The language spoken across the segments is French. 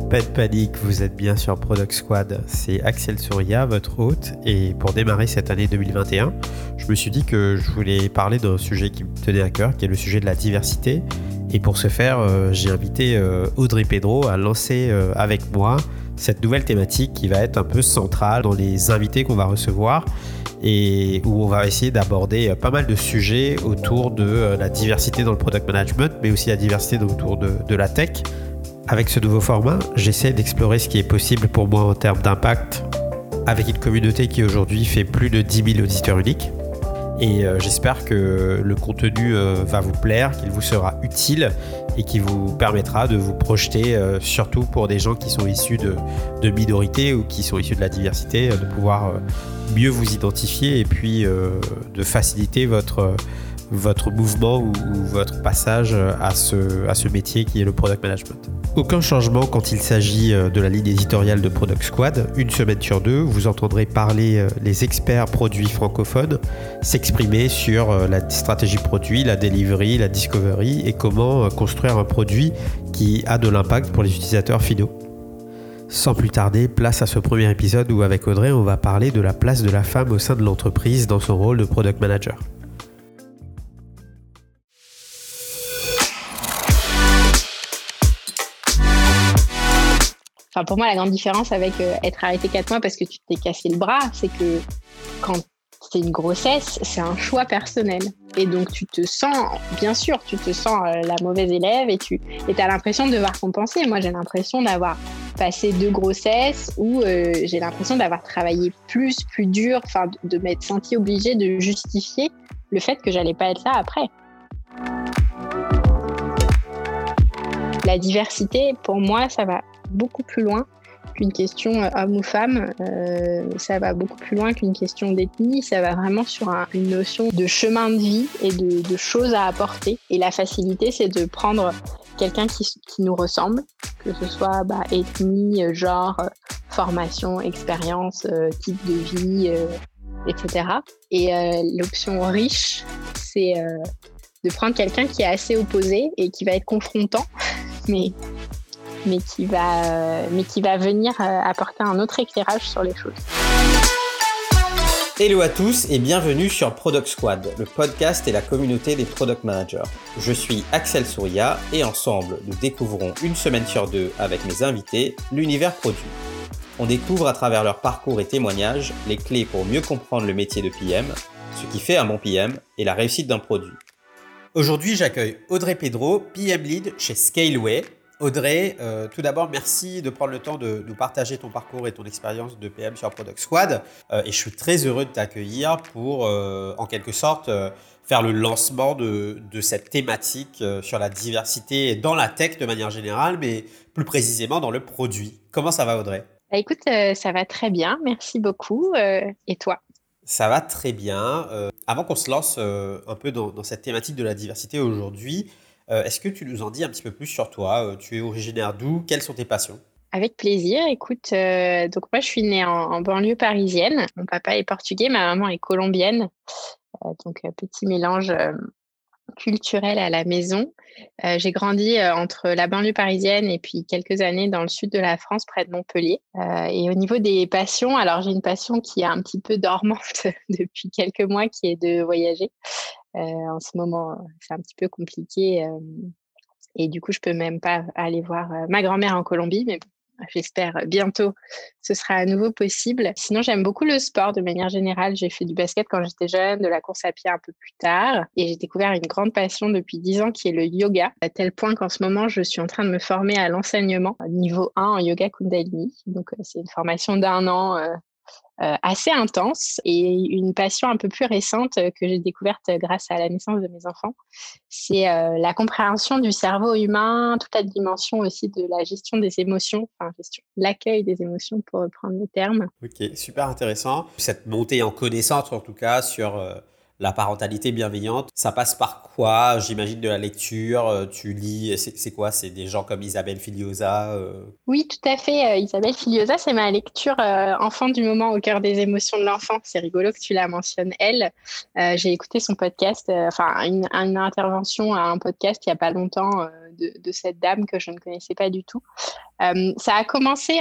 Pas de panique, vous êtes bien sur Product Squad, c'est Axel Souria, votre hôte, et pour démarrer cette année 2021, je me suis dit que je voulais parler d'un sujet qui me tenait à cœur, qui est le sujet de la diversité, et pour ce faire, j'ai invité Audrey Pedro à lancer avec moi cette nouvelle thématique qui va être un peu centrale dans les invités qu'on va recevoir, et où on va essayer d'aborder pas mal de sujets autour de la diversité dans le product management, mais aussi la diversité autour de la tech. Avec ce nouveau format, j'essaie d'explorer ce qui est possible pour moi en termes d'impact avec une communauté qui aujourd'hui fait plus de 10 000 auditeurs uniques. Et j'espère que le contenu va vous plaire, qu'il vous sera utile et qui vous permettra de vous projeter, surtout pour des gens qui sont issus de minorités ou qui sont issus de la diversité, de pouvoir mieux vous identifier et puis de faciliter votre mouvement ou votre passage à ce métier qui est le product management. Aucun changement quand il s'agit de la ligne éditoriale de Product Squad. Une semaine sur deux, vous entendrez parler les experts produits francophones s'exprimer sur la stratégie produit, la delivery, la discovery et comment construire un produit qui a de l'impact pour les utilisateurs finaux. Sans plus tarder, place à ce premier épisode où avec Audrey, on va parler de la place de la femme au sein de l'entreprise dans son rôle de product manager. Enfin, pour moi, la grande différence avec être arrêté 4 mois parce que tu t'es cassé le bras, c'est que quand c'est une grossesse, c'est un choix personnel. Et donc, tu te sens la mauvaise élève et tu as l'impression de devoir compenser. Moi, j'ai l'impression d'avoir passé 2 grossesses où j'ai l'impression d'avoir travaillé plus dur, enfin, de m'être sentie obligée de justifier le fait que j'allais pas être là après. La diversité, pour moi, ça va beaucoup plus loin qu'une question homme ou femme, ça va beaucoup plus loin qu'une question d'ethnie, ça va vraiment sur une notion de chemin de vie et de choses à apporter. Et la facilité, c'est de prendre quelqu'un qui nous ressemble, que ce soit ethnie, genre, formation, expérience, type de vie, etc. Et l'option riche, c'est de prendre quelqu'un qui est assez opposé et qui va être confrontant, mais qui va venir apporter un autre éclairage sur les choses. Hello à tous et bienvenue sur Product Squad, le podcast et la communauté des product managers. Je suis Axel Souria et ensemble, nous découvrons une semaine sur deux avec mes invités l'univers produit. On découvre à travers leur parcours et témoignages les clés pour mieux comprendre le métier de PM, ce qui fait un bon PM et la réussite d'un produit. Aujourd'hui, j'accueille Audrey Pedro, PM Lead chez Scaleway. Audrey, tout d'abord, merci de prendre le temps de nous partager ton parcours et ton expérience de PM sur Product Squad. Et je suis très heureux de t'accueillir pour, en quelque sorte, faire le lancement de cette thématique sur la diversité dans la tech de manière générale, mais plus précisément dans le produit. Comment ça va, Audrey ? Écoute, ça va très bien, merci beaucoup. Et toi ? Ça va très bien. Avant qu'on se lance un peu dans cette thématique de la diversité aujourd'hui, est-ce que tu nous en dis un petit peu plus sur toi ? Tu es originaire d'où ? Quelles sont tes passions ? Avec plaisir. Écoute, donc moi, je suis née en banlieue parisienne. Mon papa est portugais, ma maman est colombienne. Donc, petit mélange culturel à la maison. J'ai grandi entre la banlieue parisienne et puis quelques années dans le sud de la France, près de Montpellier. Et au niveau des passions, alors j'ai une passion qui est un petit peu dormante depuis quelques mois, qui est de voyager. En ce moment, c'est un petit peu compliqué et du coup, je peux même pas aller voir ma grand-mère en Colombie, mais bon, j'espère bientôt ce sera à nouveau possible. Sinon, j'aime beaucoup le sport de manière générale. J'ai fait du basket quand j'étais jeune, de la course à pied un peu plus tard et j'ai découvert une grande passion depuis 10 ans qui est le yoga, à tel point qu'en ce moment, je suis en train de me former à l'enseignement niveau 1 en yoga Kundalini. Donc, c'est une formation d'1 an assez intense et une passion un peu plus récente que j'ai découverte grâce à la naissance de mes enfants. C'est la compréhension du cerveau humain, toute la dimension aussi de la gestion des émotions, l'accueil des émotions pour reprendre le terme. Ok, super intéressant. Cette montée en connaissance en tout cas sur la parentalité bienveillante, ça passe par quoi ? J'imagine de la lecture, tu lis, c'est quoi ? C'est des gens comme Isabelle Filiosa Oui, tout à fait. Isabelle Filiosa, c'est ma lecture enfant du moment au cœur des émotions de l'enfant. C'est rigolo que tu la mentionnes, elle. J'ai écouté son podcast, une intervention à un podcast il n'y a pas longtemps de cette dame que je ne connaissais pas du tout. Ça a commencé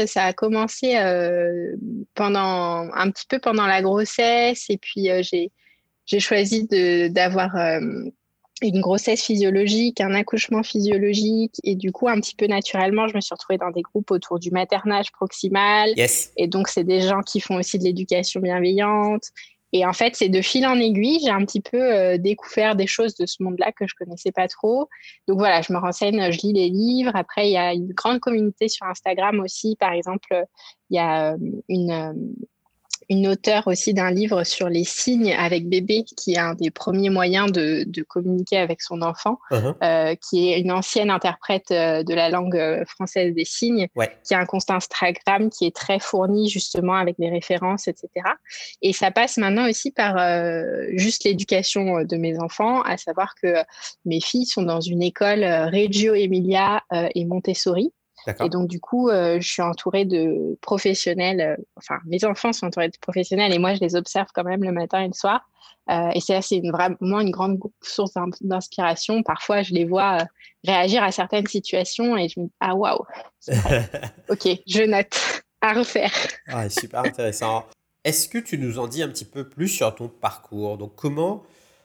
un petit peu pendant la grossesse, et puis j'ai choisi d'avoir une grossesse physiologique, un accouchement physiologique, et du coup, un petit peu naturellement, je me suis retrouvée dans des groupes autour du maternage proximal. Yes. Et donc, c'est des gens qui font aussi de l'éducation bienveillante. Et en fait, c'est de fil en aiguille, j'ai un petit peu découvert des choses de ce monde-là que je connaissais pas trop. Donc voilà, je me renseigne, je lis les livres. Après, il y a une grande communauté sur Instagram aussi. Par exemple, il y a une auteure aussi d'un livre sur les signes avec bébé, qui est un des premiers moyens de communiquer avec son enfant, qui est une ancienne interprète de la langue française des signes, qui a un compte Instagram qui est très fourni justement avec des références, etc. Et ça passe maintenant aussi par juste l'éducation de mes enfants, à savoir que mes filles sont dans une école Reggio Emilia et Montessori. D'accord. Et donc, du coup, je suis entourée de professionnels. Enfin, mes enfants sont entourés de professionnels et moi, je les observe quand même le matin et le soir. Et c'est vraiment une grande source d'inspiration. Parfois, je les vois réagir à certaines situations et je me dis, ah, waouh, ok, je note, à refaire. Ah, super intéressant. Est-ce que tu nous en dis un petit peu plus sur ton parcours? Donc, comment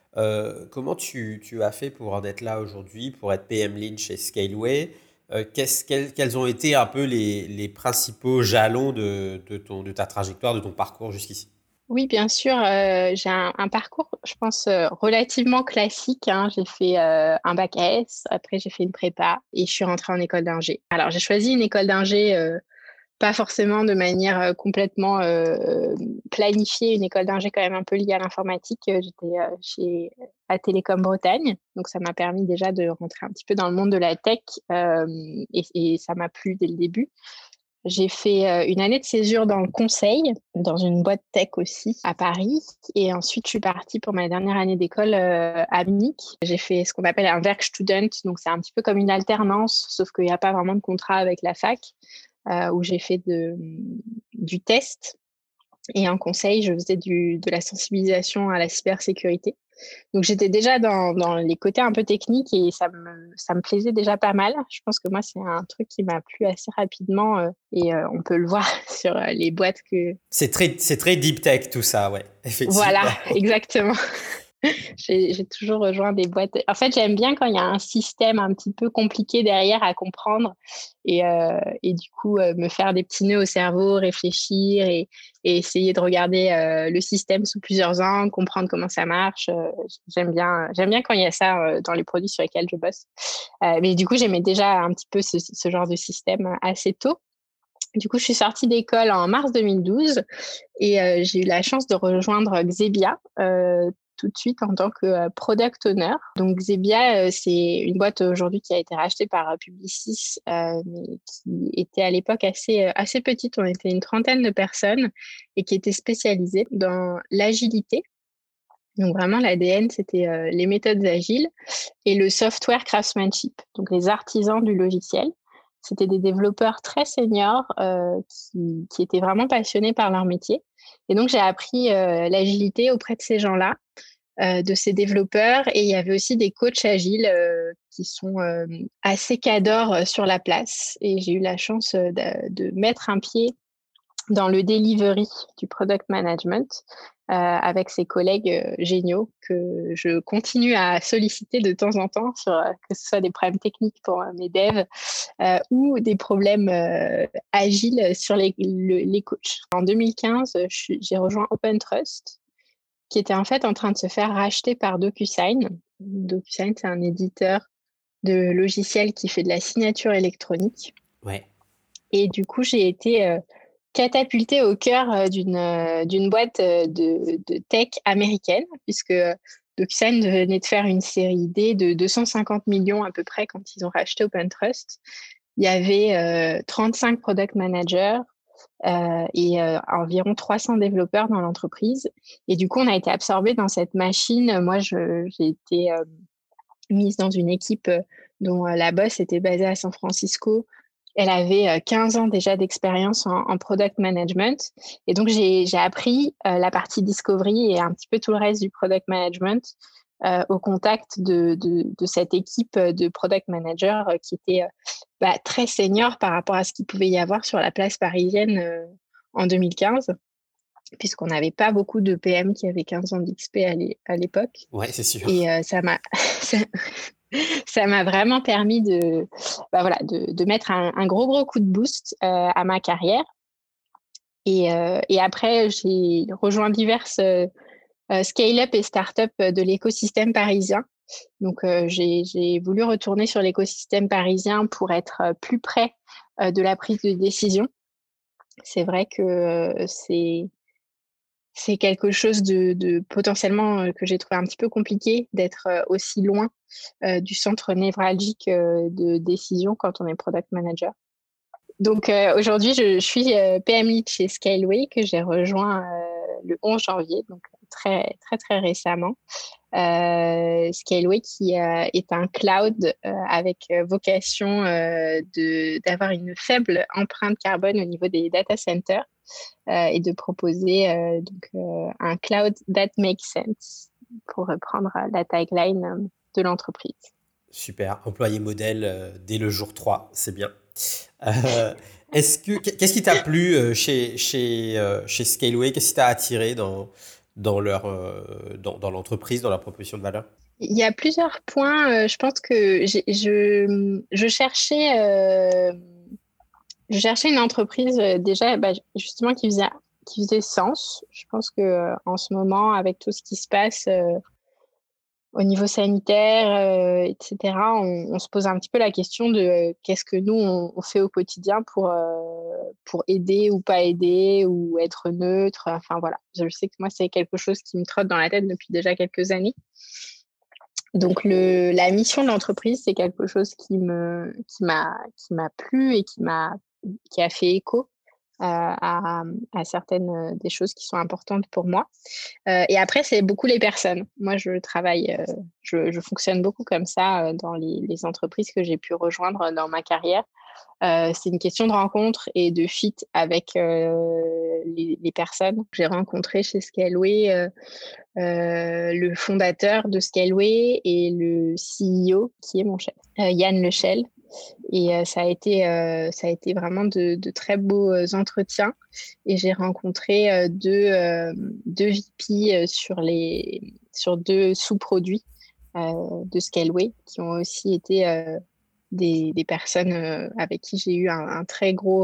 tu as fait pour en être là aujourd'hui, pour être PM Lead chez Scaleway? Quels ont été un peu les principaux jalons de ta trajectoire, de ton parcours jusqu'ici? Oui, bien sûr. J'ai un parcours, je pense, relativement classique, hein. J'ai fait un bac S, après j'ai fait une prépa et je suis rentrée en école d'ingé. Alors, j'ai choisi une école d'ingé, pas forcément de manière complètement planifiée, une école d'ingé quand même un peu liée à l'informatique. J'étais à Télécom Bretagne, donc ça m'a permis déjà de rentrer un petit peu dans le monde de la tech et ça m'a plu dès le début. J'ai fait une année de césure dans le conseil, dans une boîte tech aussi, à Paris. Et ensuite, je suis partie pour ma dernière année d'école à Munich. J'ai fait ce qu'on appelle un Werkstudent, donc c'est un petit peu comme une alternance, sauf qu'il n'y a pas vraiment de contrat avec la fac, où j'ai fait du test. Et en conseil, je faisais de la sensibilisation à la cybersécurité. Donc, j'étais déjà dans les côtés un peu techniques et ça me plaisait déjà pas mal. Je pense que moi, c'est un truc qui m'a plu assez rapidement et on peut le voir sur les boîtes que... C'est très deep tech tout ça, ouais, effectivement. Voilà, exactement. J'ai toujours rejoint des boîtes. En fait, j'aime bien quand il y a un système un petit peu compliqué derrière à comprendre et du coup, me faire des petits nœuds au cerveau, réfléchir et essayer de regarder le système sous plusieurs angles, comprendre comment ça marche. J'aime bien quand il y a ça dans les produits sur lesquels je bosse. Mais du coup, j'aimais déjà un petit peu ce genre de système assez tôt. Du coup, je suis sortie d'école en mars 2012 et j'ai eu la chance de rejoindre Xebia tout de suite en tant que product owner. Donc Xebia, c'est une boîte aujourd'hui qui a été rachetée par Publicis, mais qui était à l'époque assez petite. On était une trentaine de personnes et qui était spécialisée dans l'agilité. Donc vraiment, l'ADN, c'était les méthodes agiles et le software craftsmanship, donc les artisans du logiciel. C'était des développeurs très seniors qui étaient vraiment passionnés par leur métier. Et donc, j'ai appris l'agilité auprès de ces gens-là, de ces développeurs. Et il y avait aussi des coachs agiles qui sont assez cadors sur la place. Et j'ai eu la chance de mettre un pied dans le delivery du product management avec ses collègues géniaux que je continue à solliciter de temps en temps, que ce soit des problèmes techniques pour mes devs ou des problèmes agiles sur les coachs. En 2015, j'ai rejoint OpenTrust, qui était en fait en train de se faire racheter par DocuSign. DocuSign, c'est un éditeur de logiciels qui fait de la signature électronique. Ouais. Et du coup, j'ai été catapultée au cœur d'une boîte de tech américaine, puisque DocuSign venait de faire une série D de 250 millions à peu près quand ils ont racheté OpenTrust. Il y avait 35 product managers et environ 300 développeurs dans l'entreprise. Et du coup, on a été absorbés dans cette machine. Moi, j'ai été mise dans une équipe dont la boss était basée à San Francisco. Elle avait 15 ans déjà d'expérience en product management. Et donc, j'ai appris la partie discovery et un petit peu tout le reste du product management au contact de cette équipe de product manager qui était très senior par rapport à ce qu'il pouvait y avoir sur la place parisienne en 2015, puisqu'on n'avait pas beaucoup de PM qui avaient 15 ans d'XP à l'époque. Ouais, c'est sûr. Et ça m'a vraiment permis de mettre un gros coup de boost à ma carrière. Et après, j'ai rejoint diverses scale-up et start-up de l'écosystème parisien. Donc, j'ai voulu retourner sur l'écosystème parisien pour être plus près de la prise de décision. C'est vrai que c'est quelque chose de potentiellement que j'ai trouvé un petit peu compliqué d'être aussi loin du centre névralgique de décision quand on est product manager. Donc aujourd'hui, je suis PM Lead chez Scaleway que j'ai rejoint le 11 janvier, donc très très très récemment. Scaleway qui est un cloud avec vocation d'avoir une faible empreinte carbone au niveau des data centers et de proposer un cloud that makes sense pour reprendre la tagline de l'entreprise. Super, employé modèle dès le jour 3, c'est bien. Qu'est-ce qui t'a plu chez Scaleway? Qu'est-ce qui t'a attiré dans l'entreprise, dans leur proposition de valeur? Il y a plusieurs points. Je pense que je cherchais une entreprise déjà justement qui faisait sens. Je pense que en ce moment, avec tout ce qui se passe au niveau sanitaire, etc., on se pose un petit peu la question de qu'est-ce que nous, on fait au quotidien pour aider ou pas aider ou être neutre. Enfin, voilà. Je sais que moi, c'est quelque chose qui me trotte dans la tête depuis déjà quelques années. Donc, la mission de l'entreprise, c'est quelque chose qui m'a plu et qui a fait écho à certaines des choses qui sont importantes pour moi. Et après, c'est beaucoup les personnes. Moi, je fonctionne beaucoup comme ça dans les entreprises que j'ai pu rejoindre dans ma carrière. C'est une question de rencontre et de fit avec les personnes. J'ai rencontré chez Scaleway le fondateur de Scaleway et le CEO qui est mon chef, Yann Lechel. Et ça a été vraiment de très beaux entretiens. Et j'ai rencontré deux VP sur deux sous-produits de Scaleway qui ont aussi été des personnes avec qui j'ai eu un très gros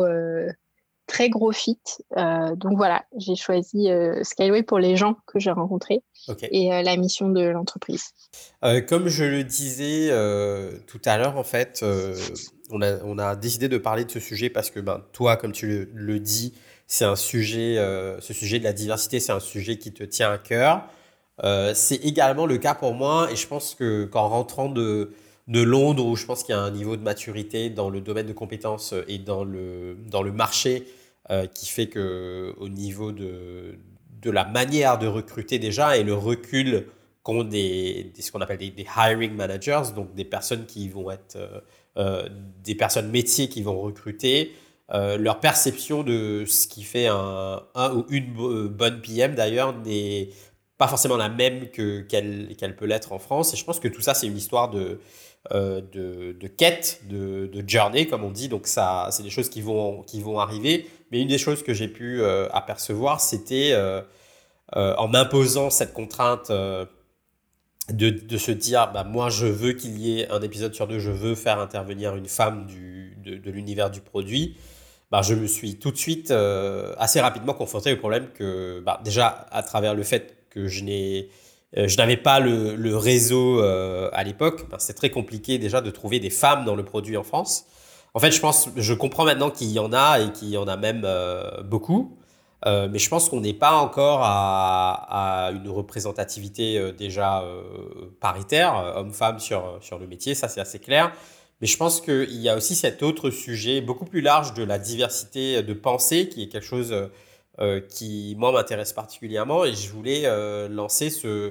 fit. Donc voilà, j'ai choisi Scaleway pour les gens que j'ai rencontrés. Okay. Et la mission de l'entreprise. Comme je le disais tout à l'heure, en fait, on a décidé de parler de ce sujet parce que toi, comme tu le dis, c'est un sujet, ce sujet de la diversité, c'est un sujet qui te tient à cœur. C'est également le cas pour moi et je pense qu'en rentrant de Londres, où je pense qu'il y a un niveau de maturité dans le domaine de compétences et dans le marché qui fait qu'au niveau de la manière de recruter déjà et le recul qu'ont ce qu'on appelle des hiring managers, donc des personnes qui vont être des personnes métiers qui vont recruter, leur perception de ce qui fait un ou une bonne PM d'ailleurs n'est pas forcément la même qu'elle peut l'être en France. Et je pense que tout ça, c'est une histoire de quête, de journey, comme on dit. Donc, ça, c'est des choses qui vont arriver. Mais une des choses que j'ai pu apercevoir, c'était en m'imposant cette contrainte de se dire, moi, je veux qu'il y ait un épisode sur 2, je veux faire intervenir une femme de l'univers du produit. Je me suis tout de suite assez rapidement confronté au problème que, déjà, à travers le fait que je n'avais pas le réseau à l'époque, c'est très compliqué déjà de trouver des femmes dans le produit en France. En fait, je comprends maintenant qu'il y en a et qu'il y en a même beaucoup, mais je pense qu'on n'est pas encore à une représentativité déjà paritaire, homme-femme sur le métier, ça c'est assez clair. Mais je pense qu'il y a aussi cet autre sujet beaucoup plus large de la diversité de pensée qui est quelque chose qui, moi, m'intéresse particulièrement et je voulais lancer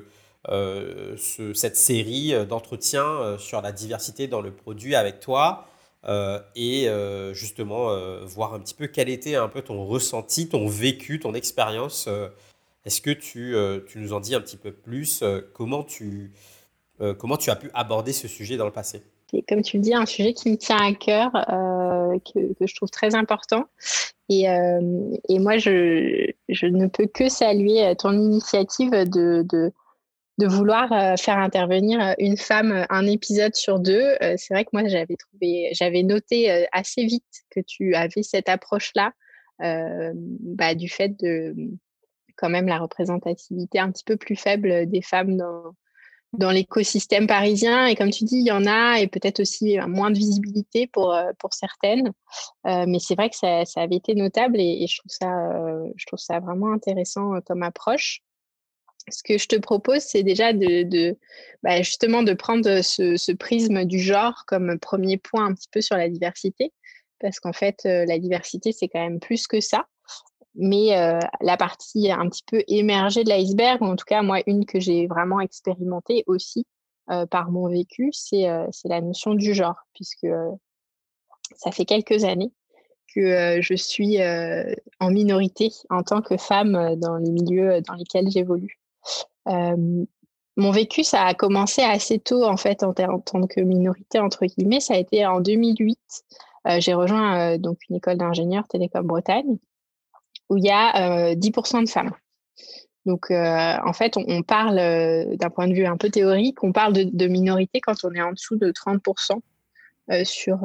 cette série d'entretiens sur la diversité dans le produit avec toi et justement voir un petit peu quel était un peu ton ressenti, ton vécu, ton expérience. Est-ce que tu nous en dis un petit peu plus comment tu Comment tu as pu aborder ce sujet dans le passé? C'est, comme tu le dis, un sujet qui me tient à cœur, que je trouve très important. Et moi, je ne peux que saluer ton initiative de vouloir faire intervenir une femme un épisode sur deux. C'est vrai que moi, j'avais noté assez vite que tu avais cette approche-là, du fait de quand même la représentativité un petit peu plus faible des femmes dans l'écosystème parisien. Et comme tu dis, il y en a, et peut-être aussi moins de visibilité pour certaines. Mais c'est vrai que ça avait été notable, et je trouve ça vraiment intéressant comme approche. Ce que je te propose, c'est déjà justement de prendre ce prisme du genre comme premier point un petit peu sur la diversité, parce qu'en fait, la diversité, c'est quand même plus que ça. Mais la partie un petit peu émergée de l'iceberg, ou en tout cas, moi, une que j'ai vraiment expérimentée aussi par mon vécu, c'est la notion du genre, puisque ça fait quelques années que je suis en minorité en tant que femme dans les milieux dans lesquels j'évolue. Mon vécu, ça a commencé assez tôt, en fait, en tant que minorité, entre guillemets. Ça a été en 2008. J'ai rejoint donc une école d'ingénieurs Télécom Bretagne, où il y a 10% de femmes. Donc, en fait, on parle, d'un point de vue un peu théorique, on parle de minorité quand on est en dessous de 30% sur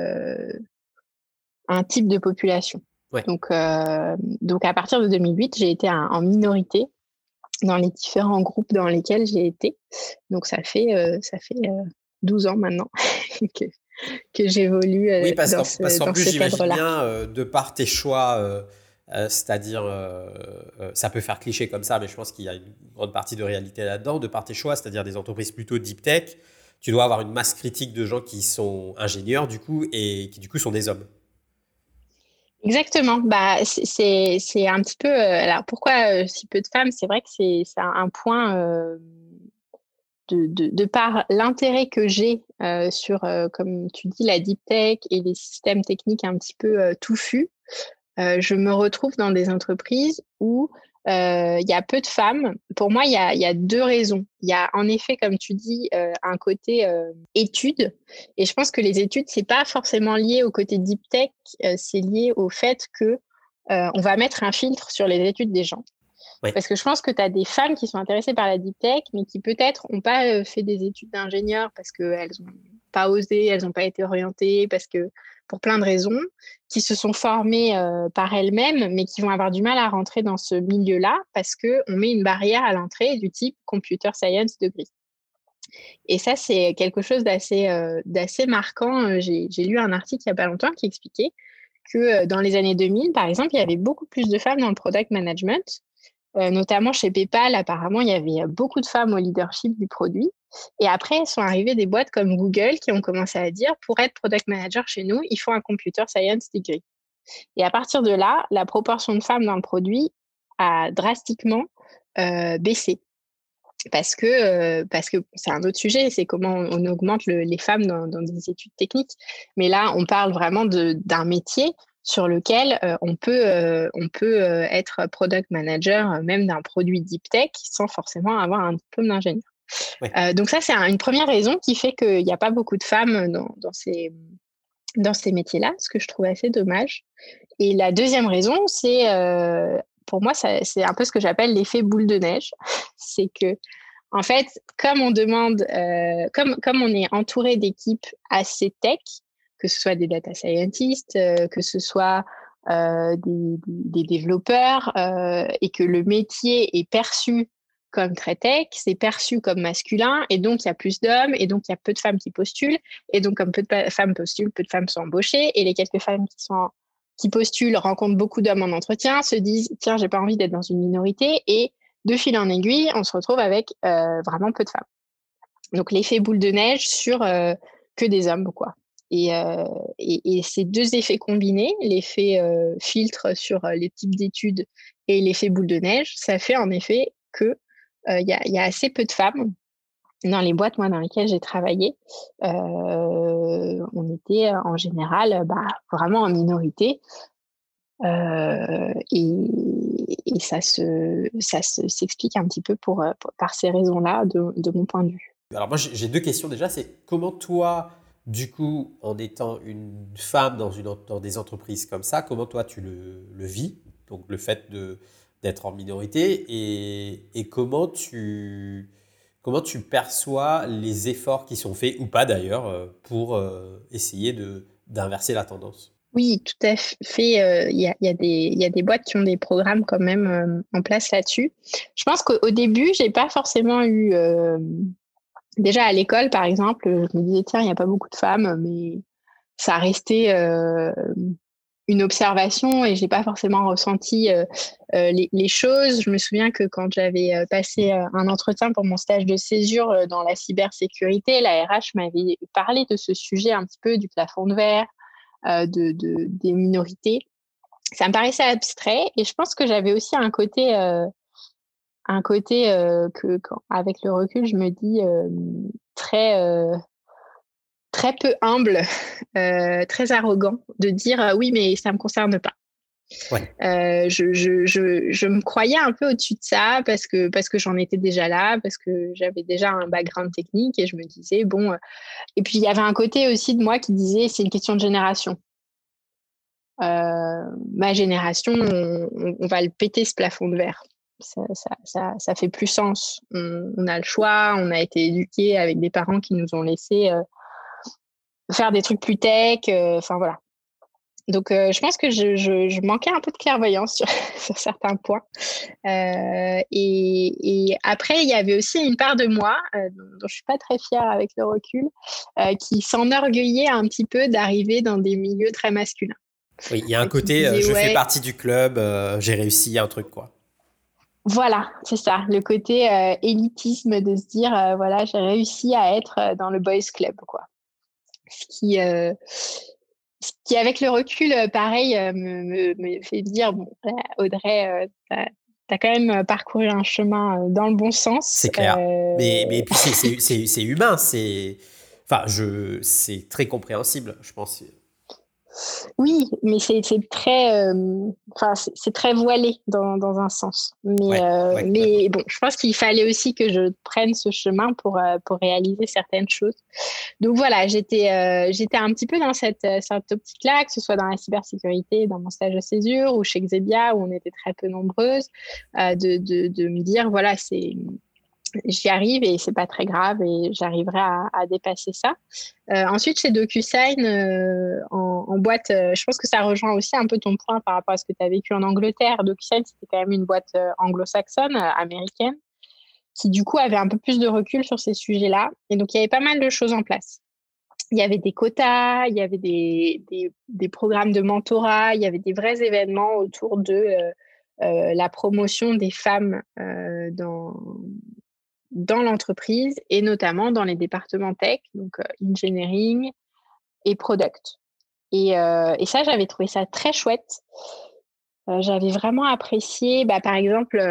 un type de population. Ouais. Donc, à partir de 2008, j'ai été en minorité dans les différents groupes dans lesquels j'ai été. Donc, ça fait 12 ans maintenant que j'évolue Oui, parce dans qu'en plus, ce j'imagine cadre-là. bien, de par tes choix, c'est-à-dire, ça peut faire cliché comme ça, mais je pense qu'il y a une grande partie de réalité là-dedans, de par tes choix, c'est-à-dire des entreprises plutôt deep tech, tu dois avoir une masse critique de gens qui sont ingénieurs, du coup, et qui, du coup, sont des hommes. Exactement. C'est un petit peu. Alors, pourquoi si peu de femmes? C'est vrai que c'est un point de par l'intérêt que j'ai sur, comme tu dis, la deep tech et les systèmes techniques un petit peu touffus. Je me retrouve dans des entreprises où il y a peu de femmes. Pour moi, il y a deux raisons. Il y a en effet, comme tu dis, un côté études. Et je pense que les études, c'est pas forcément lié au côté deep tech, c'est lié au fait que on va mettre un filtre sur les études des gens. Oui. Parce que je pense que tu as des femmes qui sont intéressées par la deep tech, mais qui peut-être n'ont pas fait des études d'ingénieur parce qu'elles n'ont pas osé, elles n'ont pas été orientées, parce que pour plein de raisons, qui se sont formées par elles-mêmes, mais qui vont avoir du mal à rentrer dans ce milieu-là parce qu'on met une barrière à l'entrée du type computer science degree. Et ça, c'est quelque chose d'assez marquant. J'ai lu un article il n'y a pas longtemps qui expliquait que dans les années 2000, par exemple, il y avait beaucoup plus de femmes dans le product management. Notamment chez PayPal, apparemment, il y avait beaucoup de femmes au leadership du produit. Et après, sont arrivées des boîtes comme Google qui ont commencé à dire, pour être product manager chez nous, il faut un computer science degree. Et à partir de là, la proportion de femmes dans le produit a drastiquement baissé. Parce que c'est un autre sujet, c'est comment on augmente les femmes dans des études techniques. Mais là, on parle vraiment d'un métier sur lequel on peut être product manager même d'un produit deep tech sans forcément avoir un diplôme d'ingénieur. Ouais. Donc ça, c'est une première raison qui fait qu'il n'y a pas beaucoup de femmes dans ces métiers-là, ce que je trouve assez dommage. Et la deuxième raison, c'est pour moi, c'est un peu ce que j'appelle l'effet boule de neige. C'est que, en fait, comme on demande, comme on est entouré d'équipes assez tech, que ce soit des data scientists, que ce soit des développeurs, et que le métier est perçu comme très tech, c'est perçu comme masculin, et donc il y a plus d'hommes, et donc il y a peu de femmes qui postulent, et donc comme peu de femmes postulent, peu de femmes sont embauchées, et les quelques femmes qui postulent rencontrent beaucoup d'hommes en entretien, se disent « tiens, j'ai pas envie d'être dans une minorité », et de fil en aiguille, on se retrouve avec vraiment peu de femmes. Donc l'effet boule de neige sur que des hommes, quoi. Et ces deux effets combinés, l'effet filtre sur les types d'études et l'effet boule de neige, ça fait en effet que il y a assez peu de femmes dans les boîtes, moi, dans lesquelles j'ai travaillé. On était en général vraiment en minorité. Et ça s'explique un petit peu par ces raisons-là, de mon point de vue. Alors moi, j'ai deux questions déjà. C'est comment toi, du coup, en étant une femme dans des entreprises comme ça, comment toi tu le vis? Donc le fait d'être en minorité et comment tu perçois les efforts qui sont faits ou pas d'ailleurs pour essayer d'inverser la tendance? Oui, tout à fait. Il y a des boîtes qui ont des programmes quand même en place là-dessus. Je pense qu'au début, j'ai pas forcément eu... déjà à l'école, par exemple, je me disais, tiens, il n'y a pas beaucoup de femmes, mais ça restait une observation et j'ai pas forcément ressenti les choses. Je me souviens que quand j'avais passé un entretien pour mon stage de césure dans la cybersécurité, la RH m'avait parlé de ce sujet un petit peu du plafond de verre, des minorités. Ça me paraissait abstrait et je pense que j'avais aussi un côté avec le recul, je me dis très très peu humble, très arrogant, de dire oui, mais ça me concerne pas. Ouais. Je me croyais un peu au-dessus de ça parce que j'en étais déjà là, parce que j'avais déjà un background technique et je me disais bon. Et puis il y avait un côté aussi de moi qui disait c'est une question de génération. Ma génération, on va le péter ce plafond de verre. Ça fait plus sens. On a le choix, on a été éduqués avec des parents qui nous ont laissé faire des trucs plus tech. Enfin voilà. Donc je pense que je manquais un peu de clairvoyance sur certains points. Et après, il y avait aussi une part de moi dont je suis pas très fière avec le recul, qui s'enorgueillait un petit peu d'arriver dans des milieux très masculins. Oui, il y a un côté, disait, je ouais, fais partie du club, j'ai réussi un truc, quoi. Voilà, c'est ça, le côté élitisme de se dire, voilà, j'ai réussi à être dans le boys club, quoi. Ce qui avec le recul, pareil, me fait dire, bon, Audrey, t'as quand même parcouru un chemin dans le bon sens. C'est clair. Mais puis c'est humain, c'est très compréhensible, je pense. Oui, mais c'est très, c'est très voilé dans un sens. Mais bon, je pense qu'il fallait aussi que je prenne ce chemin pour réaliser certaines choses. Donc voilà, j'étais un petit peu dans cette optique-là, que ce soit dans la cybersécurité, dans mon stage de césure ou chez Xebia, où on était très peu nombreuses, de me dire, voilà, j'y arrive et c'est pas très grave et j'arriverai à dépasser ça. Ensuite, chez DocuSign, en boîte, je pense que ça rejoint aussi un peu ton point par rapport à ce que tu as vécu en Angleterre. DocuSign, c'était quand même une boîte anglo-saxonne, américaine, qui du coup avait un peu plus de recul sur ces sujets-là. Et donc, il y avait pas mal de choses en place. Il y avait des quotas, il y avait des programmes de mentorat, il y avait des vrais événements autour de la promotion des femmes dans l'entreprise et notamment dans les départements tech, donc engineering et product. Et ça, j'avais trouvé ça très chouette. J'avais vraiment apprécié, par exemple,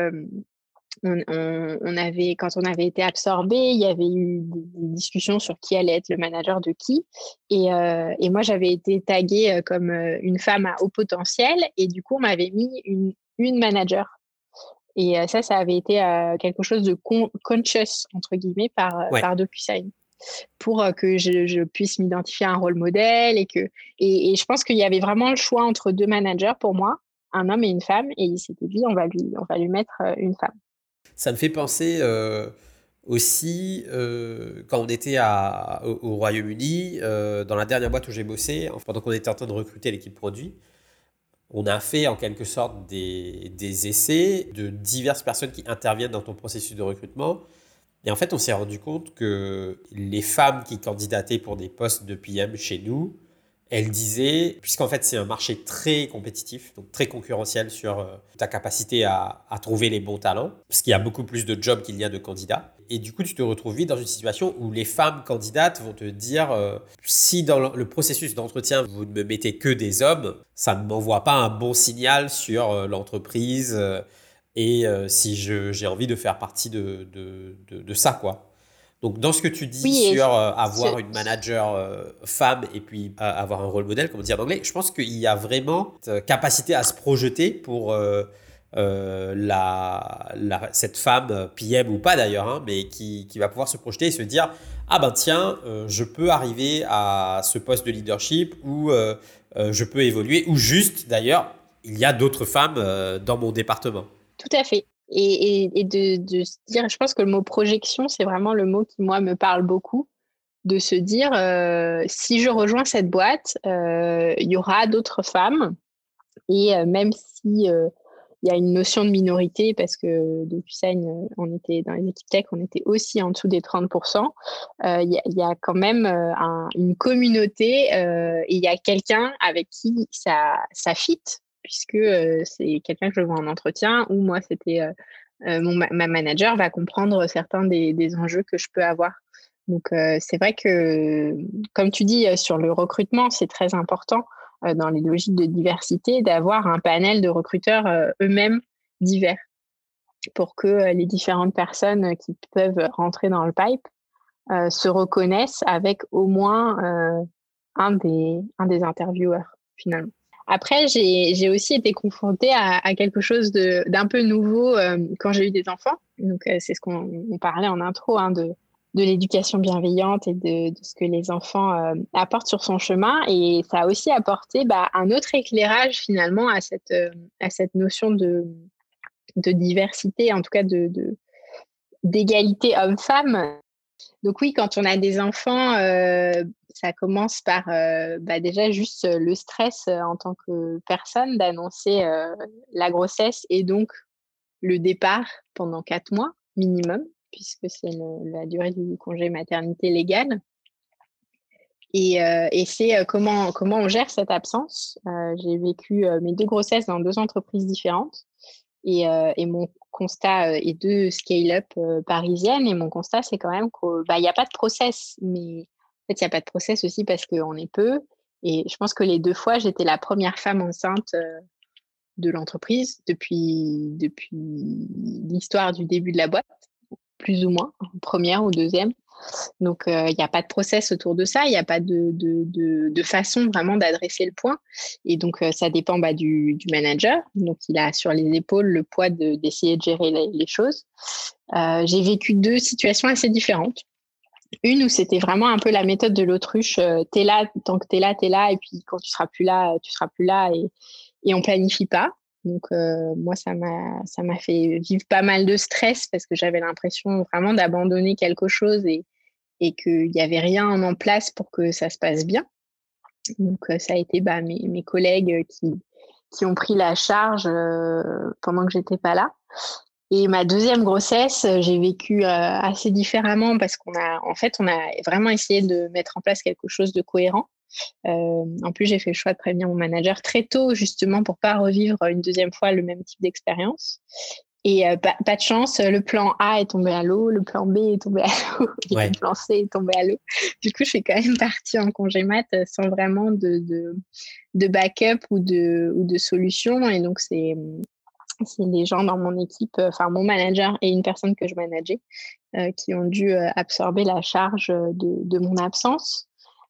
quand on avait été absorbé, il y avait eu des discussions sur qui allait être le manager de qui. Et moi, j'avais été taguée comme une femme à haut potentiel. Et du coup, on m'avait mis une manager. Et ça avait été quelque chose de conscious, entre guillemets, par DocuSign, pour que je puisse m'identifier à un rôle modèle. Et je pense qu'il y avait vraiment le choix entre deux managers pour moi, un homme et une femme. Et il s'était dit, on va lui mettre une femme. Ça me fait penser aussi, quand on était au Royaume-Uni, dans la dernière boîte où j'ai bossé, pendant qu'on était en train de recruter l'équipe produit, on a fait en quelque sorte des essais de diverses personnes qui interviennent dans ton processus de recrutement. Et en fait, on s'est rendu compte que les femmes qui candidataient pour des postes de PM chez nous, elles disaient, puisqu'en fait c'est un marché très compétitif, donc très concurrentiel sur ta capacité à trouver les bons talents, parce qu'il y a beaucoup plus de jobs qu'il y a de candidats. Et du coup, tu te retrouves vite dans une situation où les femmes candidates vont te dire si dans le processus d'entretien, vous ne me mettez que des hommes, ça ne m'envoie pas un bon signal sur l'entreprise et si j'ai envie de faire partie de ça, quoi. Donc, dans ce que tu dis sur avoir une manager femme et puis avoir un rôle modèle, comme on dit en anglais, je pense qu'il y a vraiment cette capacité à se projeter pour cette femme PM ou pas d'ailleurs, hein, mais qui va pouvoir se projeter et se dire ah ben tiens, je peux arriver à ce poste de leadership ou je peux évoluer ou juste d'ailleurs il y a d'autres femmes dans mon département. Tout à fait. Et de se dire, je pense que le mot projection, c'est vraiment le mot qui, moi, me parle beaucoup. De se dire, si je rejoins cette boîte, il y aura d'autres femmes. Et même si il y a une notion de minorité, parce que depuis ça, on était dans les équipes tech, on était aussi en dessous des 30%, il y a quand même une communauté et il y a quelqu'un avec qui ça fit, puisque c'est quelqu'un que je vois en entretien, ou moi, c'était ma manager va comprendre certains des enjeux que je peux avoir. Donc, c'est vrai que, comme tu dis, sur le recrutement, c'est très important dans les logiques de diversité d'avoir un panel de recruteurs eux-mêmes divers pour que les différentes personnes qui peuvent rentrer dans le pipe se reconnaissent avec au moins un des intervieweurs, finalement. Après, j'ai aussi été confrontée à quelque chose d'un peu nouveau quand j'ai eu des enfants. Donc, c'est ce qu'on parlait en intro, hein, de l'éducation bienveillante et de ce que les enfants apportent sur son chemin. Et ça a aussi apporté un autre éclairage finalement à cette notion de diversité, en tout cas d'égalité homme-femme. Donc oui, quand on a des enfants, ça commence par déjà juste le stress en tant que personne d'annoncer la grossesse et donc le départ pendant 4 mois minimum, puisque c'est la durée du congé maternité légal. Et c'est comment on gère cette absence. J'ai vécu mes 2 grossesses dans 2 entreprises différentes. Et mon constat est 2 scale-up parisiennes. Et mon constat, c'est quand même qu'il n'y a pas de process. Mais en fait, il n'y a pas de process aussi parce qu'on est peu. Et je pense que les 2 fois, j'étais la première femme enceinte de l'entreprise depuis l'histoire du début de la boîte, plus ou moins, première ou deuxième. Donc, il n'y a pas de process autour de ça, il n'y a pas de façon vraiment d'adresser le point. Et donc, ça dépend du manager. Donc, il a sur les épaules le poids d'essayer de gérer les choses. J'ai vécu 2 situations assez différentes. Une où c'était vraiment un peu la méthode de l'autruche. T'es là, tant que t'es là, et puis quand tu seras plus là, et on planifie pas. Donc, moi, ça m'a fait vivre pas mal de stress parce que j'avais l'impression vraiment d'abandonner quelque chose et qu'il n'y avait rien en place pour que ça se passe bien. Donc, ça a été mes collègues qui ont pris la charge pendant que j'étais pas là. Et ma deuxième grossesse, j'ai vécu assez différemment parce qu'on a vraiment essayé de mettre en place quelque chose de cohérent. En plus, j'ai fait le choix de prévenir mon manager très tôt, justement, pour pas revivre une deuxième fois le même type d'expérience. Et pas de chance, le plan A est tombé à l'eau, le plan B est tombé à l'eau, et le plan C est tombé à l'eau. Du coup, je suis quand même partie en congé mat sans vraiment de backup ou de solution. Et donc, c'est les gens dans mon équipe, enfin mon manager et une personne que je manageais, qui ont dû absorber la charge de mon absence.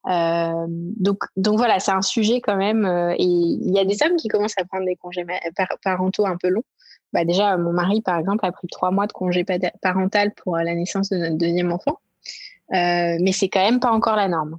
Donc voilà, c'est un sujet quand même. Et il y a des hommes qui commencent à prendre des congés parentaux un peu longs. Déjà, mon mari, par exemple, a pris 3 mois de congé parental pour la naissance de notre deuxième enfant. Mais c'est quand même pas encore la norme.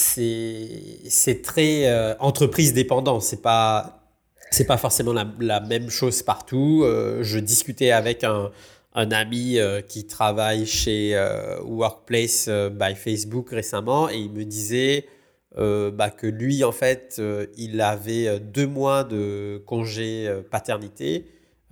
C'est très entreprise dépendant. C'est pas forcément la même chose partout. Je discutais avec un ami qui travaille chez Workplace by Facebook récemment et il me disait que lui, en fait, il avait 2 mois de congé paternité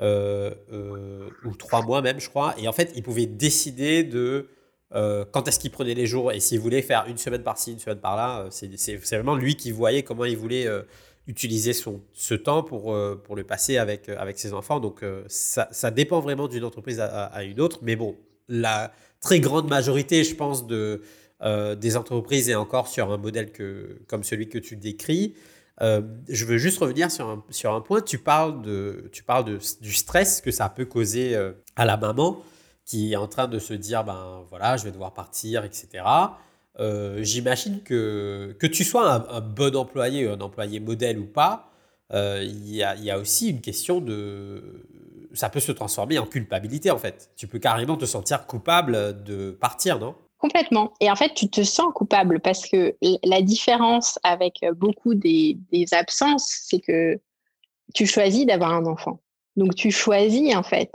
ou 3 mois même, je crois. Et en fait, il pouvait décider de quand est-ce qu'il prenait les jours et s'il voulait faire une semaine par-ci, une semaine par-là. C'est vraiment lui qui voyait comment il voulait utiliser ce temps pour le passer avec ses enfants. Donc, ça dépend vraiment d'une entreprise à une autre. Mais bon, la très grande majorité, je pense, des entreprises est encore sur un modèle comme celui que tu décris. Je veux juste revenir sur un point. Tu parles du stress que ça peut causer à la maman qui est en train de se dire, voilà, je vais devoir partir, etc. J'imagine que tu sois un bon employé, un employé modèle ou pas, il y a aussi une question ça peut se transformer en culpabilité en fait. Tu peux carrément te sentir coupable de partir, non? Complètement. Et en fait, tu te sens coupable parce que la différence avec beaucoup des absences, c'est que tu choisis d'avoir un enfant. Donc, tu choisis en fait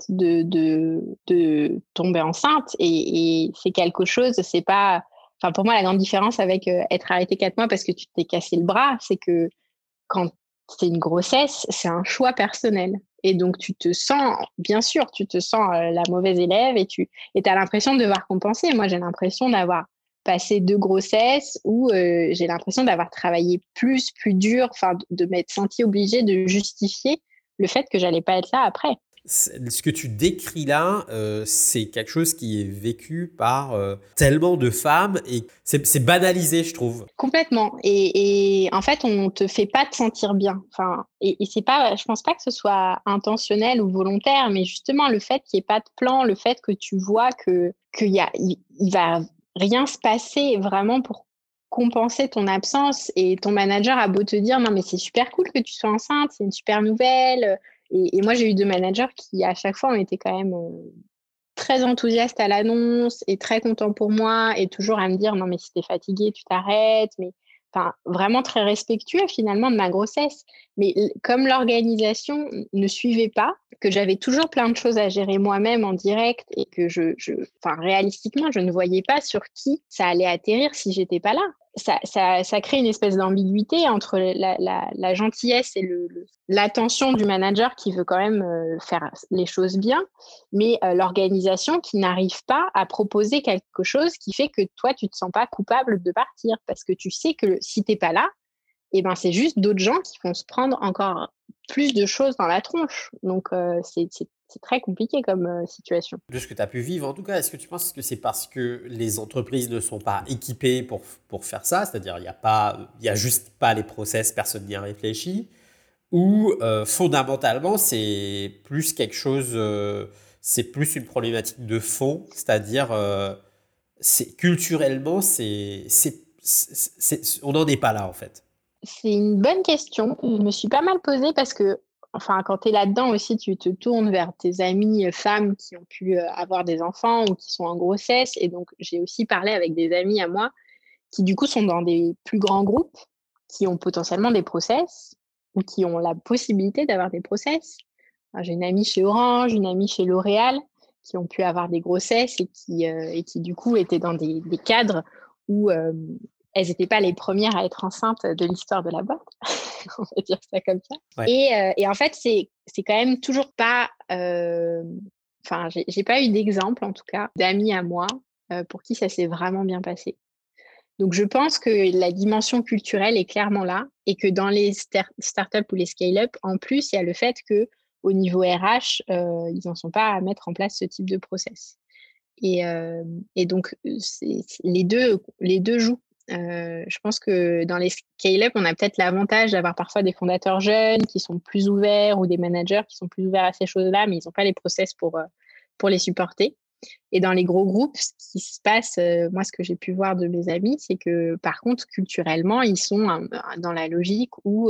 de tomber enceinte et c'est quelque chose, c'est pas. Enfin, pour moi, la grande différence avec être arrêté 4 mois parce que tu t'es cassé le bras, c'est que quand c'est une grossesse, c'est un choix personnel. Et donc, tu te sens, bien sûr, tu te sens la mauvaise élève et tu as l'impression de devoir compenser. Moi, j'ai l'impression d'avoir passé 2 grossesses où j'ai l'impression d'avoir travaillé plus dur, enfin, de m'être sentie obligée de justifier le fait que j'allais pas être là après. Ce que tu décris là, c'est quelque chose qui est vécu par tellement de femmes et c'est banalisé, je trouve. Complètement. Et en fait, on te fait pas te sentir bien. Enfin, et c'est pas, je pense pas que ce soit intentionnel ou volontaire, mais justement le fait qu'il n'y ait pas de plan, le fait que tu vois il va rien se passer vraiment pour compenser ton absence et ton manager a beau te dire non mais c'est super cool que tu sois enceinte, c'est une super nouvelle. Et moi, j'ai eu 2 managers qui, à chaque fois, ont été quand même très enthousiastes à l'annonce et très contents pour moi et toujours à me dire « Non, mais si t'es fatiguée, tu t'arrêtes. » Mais enfin, vraiment très respectueux, finalement, de ma grossesse. Mais comme l'organisation ne suivait pas, que j'avais toujours plein de choses à gérer moi-même en direct et que enfin, réalistiquement, je ne voyais pas sur qui ça allait atterrir si j'étais pas là. Ça crée une espèce d'ambiguïté entre la gentillesse et l'attention du manager qui veut quand même faire les choses bien, mais l'organisation qui n'arrive pas à proposer quelque chose qui fait que toi, tu te sens pas coupable de partir parce que tu sais que si t'es pas là, eh ben, c'est juste d'autres gens qui vont se prendre encore plus de choses dans la tronche. Donc, c'est très compliqué comme situation. De ce que tu as pu vivre, en tout cas, est-ce que tu penses que c'est parce que les entreprises ne sont pas équipées pour faire ça, c'est-à-dire il y a juste pas les process, personne n'y a réfléchi, ou fondamentalement c'est plus quelque chose, c'est plus une problématique de fond, c'est-à-dire culturellement on n'en est pas là en fait. C'est une bonne question. Je me suis pas mal posée parce que, enfin, quand tu es là-dedans aussi, tu te tournes vers tes amies femmes qui ont pu avoir des enfants ou qui sont en grossesse. Et donc, j'ai aussi parlé avec des amis à moi qui, du coup, sont dans des plus grands groupes, qui ont potentiellement des process ou qui ont la possibilité d'avoir des process. Alors, j'ai une amie chez Orange, une amie chez L'Oréal qui ont pu avoir des grossesses et qui du coup, étaient dans des cadres où elles n'étaient pas les premières à être enceintes de l'histoire de la boîte, on va dire ça comme ça. Ouais. Et en fait, c'est quand même toujours pas... Enfin, j'ai pas eu d'exemple, en tout cas, d'amis à moi pour qui ça s'est vraiment bien passé. Donc, je pense que la dimension culturelle est clairement là et que dans les startups ou les scale-up, en plus, il y a le fait qu'au niveau RH, ils n'en sont pas à mettre en place ce type de process. Et donc, les deux jouent. Je pense que dans les scale-up, on a peut-être l'avantage d'avoir parfois des fondateurs jeunes qui sont plus ouverts ou des managers qui sont plus ouverts à ces choses-là, mais ils n'ont pas les process pour les supporter. Et dans les gros groupes, ce qui se passe, moi, ce que j'ai pu voir de mes amis, c'est que par contre, culturellement, ils sont dans la logique où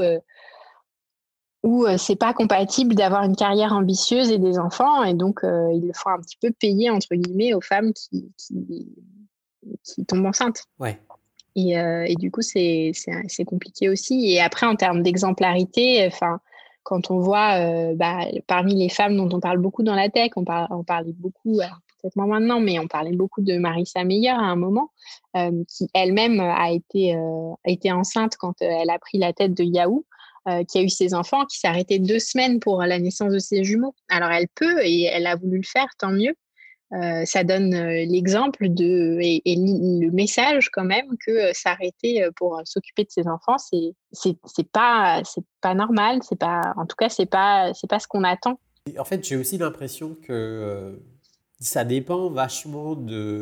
c'est pas compatible d'avoir une carrière ambitieuse et des enfants, et donc il faut un petit peu payer, entre guillemets, aux femmes qui tombent enceintes. Ouais. Et du coup, c'est compliqué aussi. Et après, en termes d'exemplarité, quand on voit parmi les femmes dont on parle beaucoup dans la tech, on parlait beaucoup, alors peut-être moins maintenant, mais on parlait beaucoup de Marissa Mayer à un moment, qui elle-même a été enceinte quand elle a pris la tête de Yahoo, qui a eu ses enfants, qui s'est arrêtée 2 semaines pour la naissance de ses jumeaux. Alors, elle peut et elle a voulu le faire, tant mieux. Ça donne l'exemple et le message quand même que s'arrêter pour s'occuper de ses enfants, c'est pas normal, en tout cas c'est pas ce qu'on attend. En fait, j'ai aussi l'impression que ça dépend vachement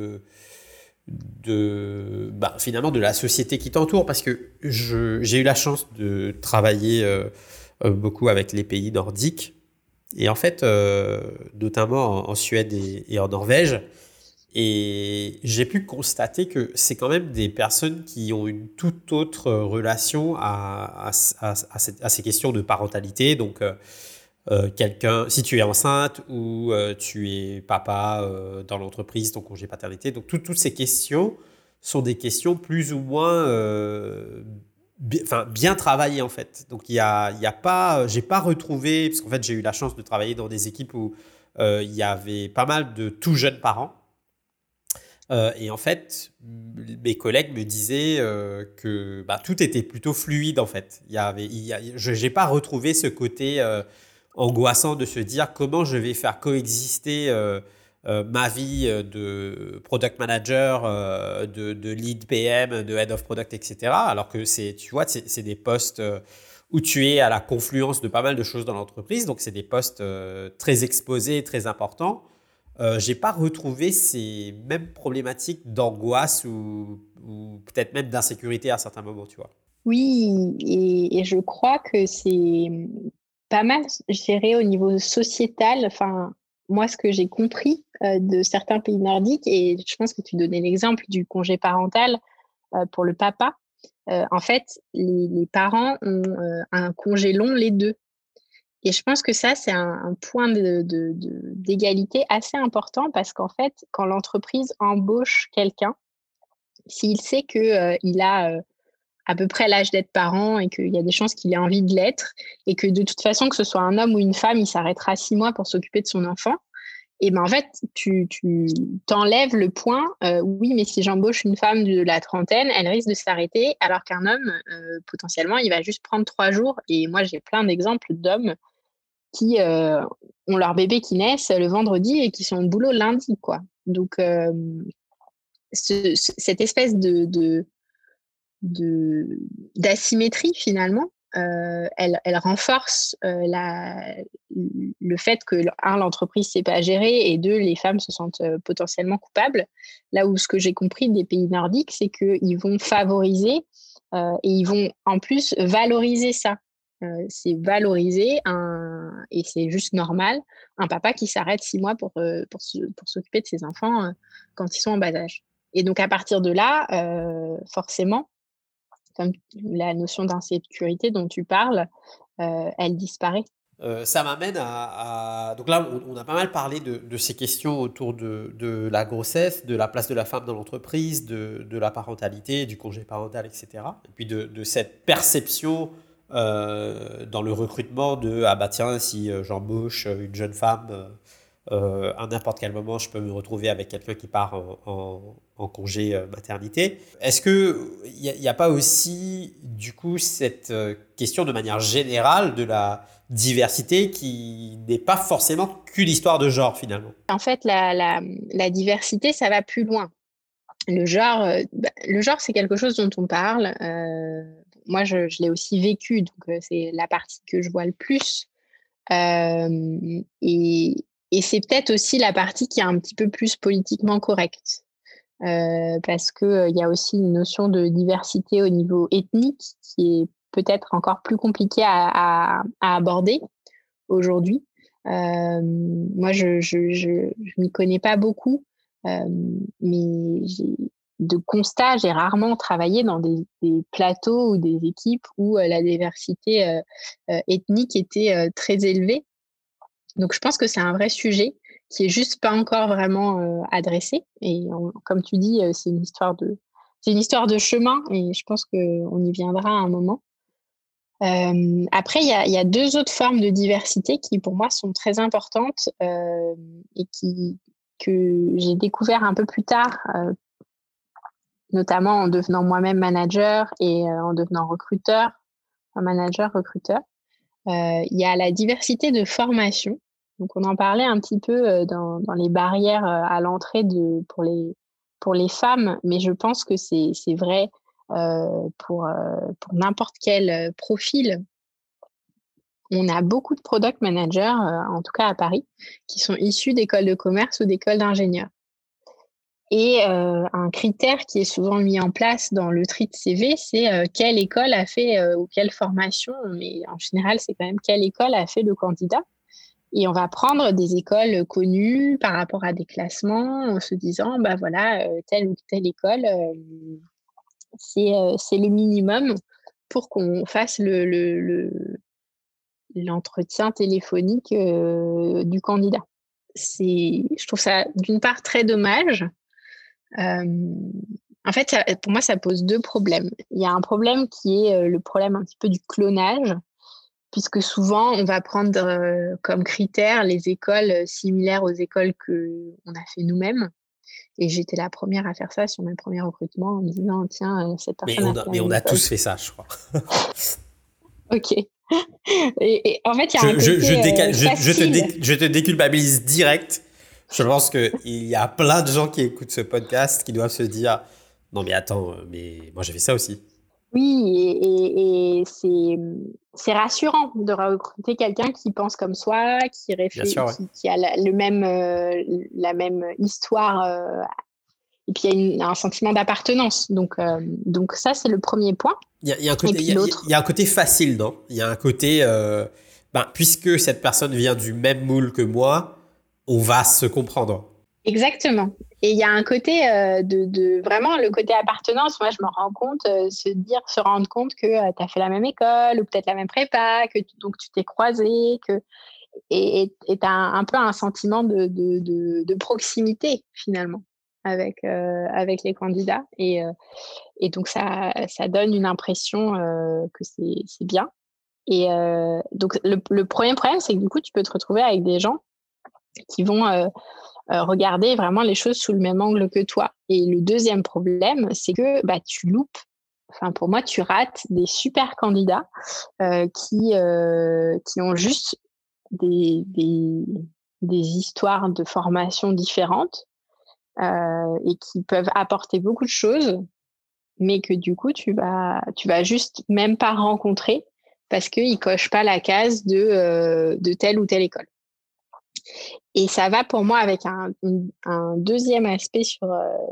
finalement de la société qui t'entoure, parce que j'ai eu la chance de travailler beaucoup avec les pays nordiques. Et en fait, notamment en Suède et en Norvège, et j'ai pu constater que c'est quand même des personnes qui ont une toute autre relation à ces questions de parentalité. Donc, si tu es enceinte ou tu es papa dans l'entreprise, ton congé paternité. Donc, toutes ces questions sont des questions plus ou moins bien travaillées, en fait. Donc, il y a pas, j'ai pas retrouvé, parce qu'en fait, j'ai eu la chance de travailler dans des équipes où il y avait pas mal de tout jeunes parents. Et en fait, mes collègues me disaient que tout était plutôt fluide en fait. Je n'ai pas retrouvé ce côté angoissant de se dire comment je vais faire coexister ma vie de product manager, de lead PM, de head of product, etc. Alors que tu vois, c'est des postes où tu es à la confluence de pas mal de choses dans l'entreprise. Donc, c'est des postes très exposés, très importants. J'ai pas retrouvé ces mêmes problématiques d'angoisse ou peut-être même d'insécurité à certains moments, tu vois. Oui, et je crois que c'est pas mal géré au niveau sociétal. Enfin, moi, ce que j'ai compris de certains pays nordiques, et je pense que tu donnais l'exemple du congé parental pour le papa. En fait, les parents ont un congé long, les deux. Et je pense que ça, c'est un point d'égalité assez important parce qu'en fait, quand l'entreprise embauche quelqu'un, s'il sait qu'il a à peu près l'âge d'être parent et qu'il y a des chances qu'il ait envie de l'être et que de toute façon, que ce soit un homme ou une femme, il s'arrêtera 6 mois pour s'occuper de son enfant, et ben en fait, tu t'enlèves le point, oui, mais si j'embauche une femme de la trentaine, elle risque de s'arrêter, alors qu'un homme, potentiellement, il va juste prendre 3 jours. Et moi, j'ai plein d'exemples d'hommes qui ont leur bébé qui naissent le vendredi et qui sont au boulot lundi, quoi. Donc, cette espèce d'asymétrie, finalement, elle renforce le fait que, l'entreprise ne sait pas gérer et deux, les femmes se sentent potentiellement coupables. Là où ce que j'ai compris des pays nordiques, c'est qu'ils vont favoriser et ils vont en plus valoriser ça. C'est valoriser et c'est juste normal, un papa qui s'arrête 6 mois pour s'occuper de ses enfants quand ils sont en bas âge. Et donc, à partir de là, forcément, comme la notion d'insécurité dont tu parles, elle disparaît. Ça m'amène Donc là, on a pas mal parlé de ces questions autour de la grossesse, de la place de la femme dans l'entreprise, de la parentalité, du congé parental, etc. Et puis de cette perception dans le recrutement de « Ah bah tiens, si j'embauche une jeune femme, à n'importe quel moment, je peux me retrouver avec quelqu'un qui part en congé maternité ». Est-ce qu'il n'y a pas aussi, du coup, cette question de manière générale de la diversité qui n'est pas forcément qu'une histoire de genre, finalement? En fait, la diversité, ça va plus loin. Le genre, c'est quelque chose dont on parle. Moi, je l'ai aussi vécu, donc c'est la partie que je vois le plus. Et c'est peut-être aussi la partie qui est un petit peu plus politiquement correcte. Parce qu'il y a aussi une notion de diversité au niveau ethnique qui est peut-être encore plus compliquée à aborder aujourd'hui. Moi, je m'y connais pas beaucoup, mais de constat, j'ai rarement travaillé dans des plateaux ou des équipes où la diversité ethnique était très élevée. Donc, je pense que c'est un vrai sujet qui est juste pas encore vraiment adressé. Et comme tu dis, c'est une histoire de chemin et je pense qu'on y viendra à un moment. Après, il y a deux autres formes de diversité qui, pour moi, sont très importantes et que j'ai découvert un peu plus tard, notamment en devenant moi-même manager et en devenant manager-recruteur. Il y a la diversité de formation. Donc, on en parlait un petit peu dans les barrières à l'entrée pour les femmes, mais je pense que c'est vrai pour n'importe quel profil. On a beaucoup de product managers, en tout cas à Paris, qui sont issus d'écoles de commerce ou d'écoles d'ingénieurs. Et un critère qui est souvent mis en place dans le tri de CV, c'est quelle école a fait ou quelle formation, mais en général, c'est quand même quelle école a fait le candidat. Et on va prendre des écoles connues par rapport à des classements en se disant, bah voilà, telle ou telle école, c'est le minimum pour qu'on fasse l'entretien téléphonique du candidat. Je trouve ça d'une part très dommage. En fait, pour moi, ça pose deux problèmes. Il y a un problème qui est le problème un petit peu du clonage, puisque souvent, on va prendre comme critère les écoles similaires aux écoles qu'on a fait nous-mêmes. Et j'étais la première à faire ça sur mes premiers recrutements en me disant, tiens, cette personne Mais on a tous fait ça, je crois. Ok. Et en fait, il y a un côté je te déculpabilise direct. Je pense qu'il y a plein de gens qui écoutent ce podcast qui doivent se dire « Non mais attends, mais moi j'ai fait ça aussi ». Oui, et c'est rassurant de recruter quelqu'un qui pense comme soi, qui réfléchit, qui a la même histoire, et puis il y a un sentiment d'appartenance. Donc ça, c'est le premier point. Il y a un côté facile, non ? Il y a un côté, puisque cette personne vient du même moule que moi, on va se comprendre. Exactement. Et il y a un côté de vraiment le côté appartenance. Moi, je me rends compte, se rendre compte que tu as fait la même école ou peut-être la même prépa, donc tu t'es croisé, et tu as un peu un sentiment de proximité finalement avec les candidats. Et donc, ça donne une impression que c'est bien. Et donc, le premier problème, c'est que du coup, tu peux te retrouver avec des gens qui vont regarder vraiment les choses sous le même angle que toi. Et le deuxième problème, c'est que tu loupes, pour moi, tu rates des super candidats qui ont juste des histoires de formation différentes et qui peuvent apporter beaucoup de choses, mais que du coup, tu vas juste même pas rencontrer parce qu'ils cochent pas la case de telle ou telle école. Et ça va pour moi avec un deuxième aspect sur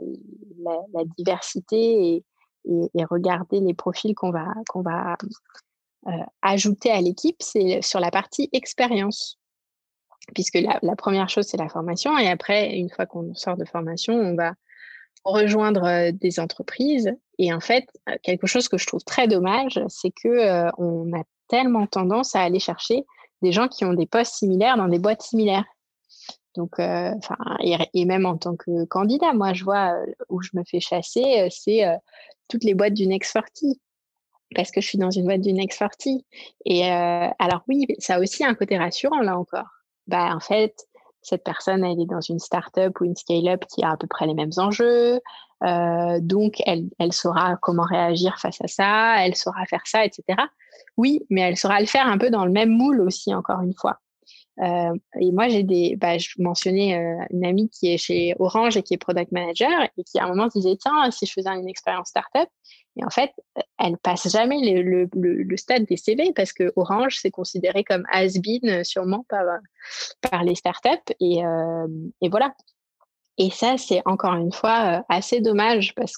la diversité et regarder les profils qu'on va ajouter à l'équipe, c'est sur la partie expérience. Puisque la première chose, c'est la formation. Et après, une fois qu'on sort de formation, on va rejoindre des entreprises. Et en fait, quelque chose que je trouve très dommage, c'est qu'on a tellement tendance à aller chercher des gens qui ont des postes similaires dans des boîtes similaires. Donc, et même en tant que candidat, moi, je vois où je me fais chasser, c'est toutes les boîtes du Next 40, parce que je suis dans une boîte du Next 40. Et alors oui, ça a aussi un côté rassurant, là encore. En fait, cette personne, elle est dans une start-up ou une scale-up qui a à peu près les mêmes enjeux. Donc, elle saura comment réagir face à ça, elle saura faire ça, etc. Oui, mais elle saura le faire un peu dans le même moule aussi, encore une fois. Et moi, je mentionnais une amie qui est chez Orange et qui est product manager et qui à un moment se disait, tiens, si je faisais une expérience startup. Et en fait, elle passe jamais le stade des CV parce que Orange, c'est considéré comme has-been sûrement par les startups. Et voilà. Et ça, c'est encore une fois assez dommage parce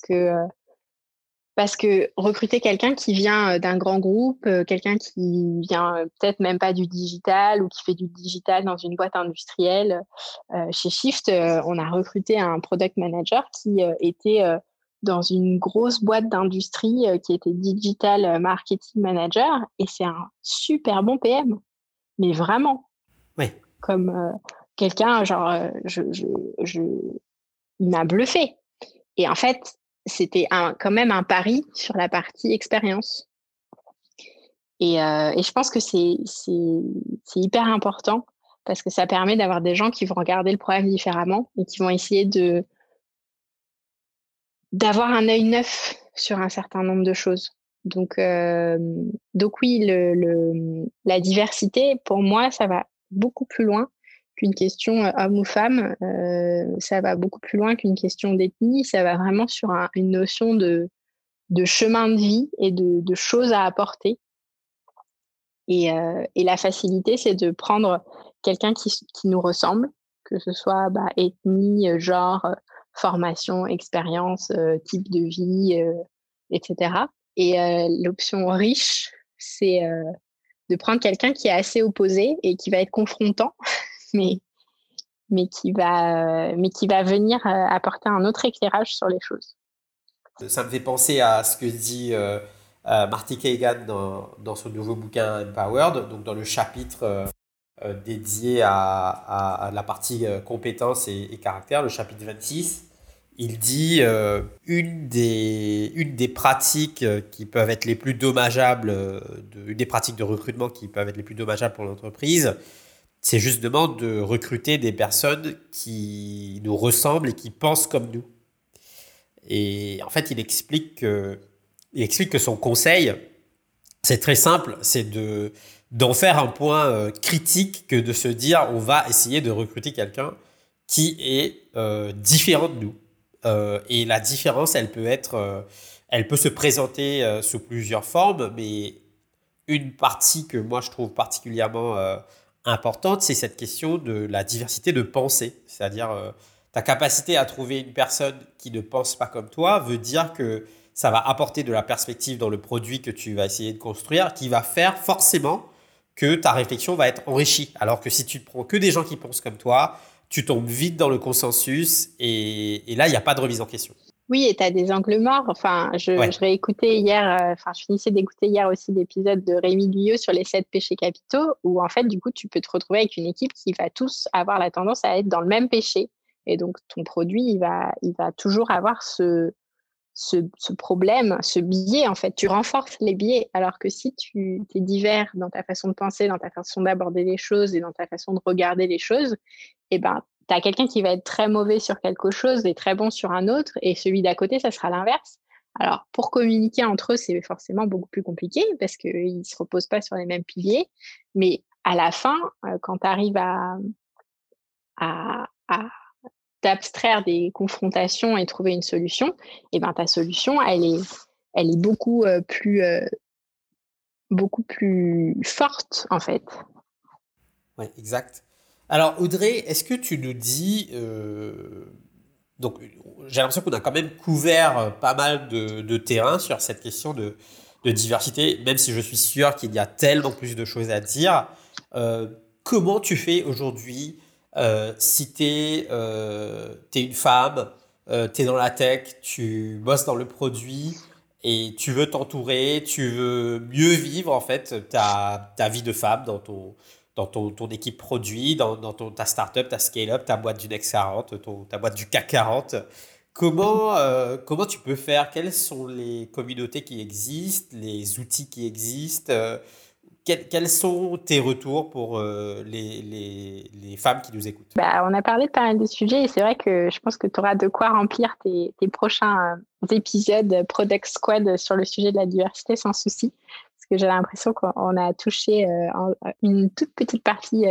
que recruter quelqu'un qui vient d'un grand groupe, quelqu'un qui vient peut-être même pas du digital ou qui fait du digital dans une boîte industrielle. Chez Shift, on a recruté un product manager qui était dans une grosse boîte d'industrie qui était digital marketing manager, et c'est un super bon PM, mais vraiment. Oui. Comme quelqu'un, genre, il m'a bluffé. Et en fait, c'était quand même un pari sur la partie expérience. Et je pense que c'est hyper important parce que ça permet d'avoir des gens qui vont regarder le problème différemment et qui vont essayer d'avoir un œil neuf sur un certain nombre de choses. Donc oui, la diversité, pour moi, ça va beaucoup plus loin qu'une question homme ou femme. Ça va beaucoup plus loin qu'une question d'ethnie. Ça va vraiment sur une notion de chemin de vie et de choses à apporter. Et la facilité, c'est de prendre quelqu'un qui nous ressemble, que ce soit ethnie, genre, formation, expérience, type de vie, etc. Et l'option riche, c'est de prendre quelqu'un qui est assez opposé et qui va être confrontant, mais qui va venir apporter un autre éclairage sur les choses. Ça me fait penser à ce que dit Marty Kagan dans son nouveau bouquin Empowered, donc dans le chapitre dédié à la partie compétences et caractère, le chapitre 26. Il dit une des pratiques qui peuvent être les plus dommageables, une des pratiques de recrutement qui peuvent être les plus dommageables pour l'entreprise, c'est justement de recruter des personnes qui nous ressemblent et qui pensent comme nous. Et en fait, il explique que son conseil, c'est très simple, c'est d'en faire un point critique que de se dire on va essayer de recruter quelqu'un qui est différent de nous. Et la différence, elle peut se présenter sous plusieurs formes, mais une partie que moi je trouve particulièrement importante, c'est cette question de la diversité de pensée. C'est-à-dire ta capacité à trouver une personne qui ne pense pas comme toi veut dire que ça va apporter de la perspective dans le produit que tu vas essayer de construire, qui va faire forcément que ta réflexion va être enrichie. Alors que si tu ne prends que des gens qui pensent comme toi, tu tombes vite dans le consensus et là, il n'y a pas de remise en question. Oui, et tu as des angles morts. Enfin, Ouais, je réécoutais hier, je finissais d'écouter hier aussi l'épisode de Rémi Guyot sur les 7 péchés capitaux, où en fait, du coup, tu peux te retrouver avec une équipe qui va tous avoir la tendance à être dans le même péché. Et donc, ton produit, il va toujours avoir ce problème, ce biais, en fait. Tu renforces les biais, alors que si tu es divers dans ta façon de penser, dans ta façon d'aborder les choses et dans ta façon de regarder les choses, eh ben, tu as quelqu'un qui va être très mauvais sur quelque chose et très bon sur un autre, et celui d'à côté, ça sera l'inverse. Alors, pour communiquer entre eux, c'est forcément beaucoup plus compliqué parce qu'ils ne se reposent pas sur les mêmes piliers. Mais à la fin, quand tu arrives à t'abstraire des confrontations et trouver une solution, et ben, ta solution, elle est beaucoup plus forte, en fait. ouais, exact. Alors, Audrey, est-ce que tu nous dis... donc, j'ai l'impression qu'on a quand même couvert pas mal de terrain sur cette question de diversité, même si je suis sûr qu'il y a tellement plus de choses à dire. Euh, Comment tu fais aujourd'hui si t'es une femme, t'es dans la tech, tu bosses dans le produit et tu veux t'entourer, tu veux mieux vivre en fait ta vie de femme dans ton équipe produit, dans ta startup, ta scale-up, ta boîte du Next 40, ta boîte du CAC 40. Comment tu peux faire? Quelles sont les communautés qui existent, les outils qui existent? Quels sont tes retours pour les femmes qui nous écoutent? Bah, on a parlé de pas mal de sujets et c'est vrai que je pense que tu auras de quoi remplir tes prochains épisodes Product Squad sur le sujet de la diversité sans souci. Parce que j'ai l'impression qu'on a touché une toute petite partie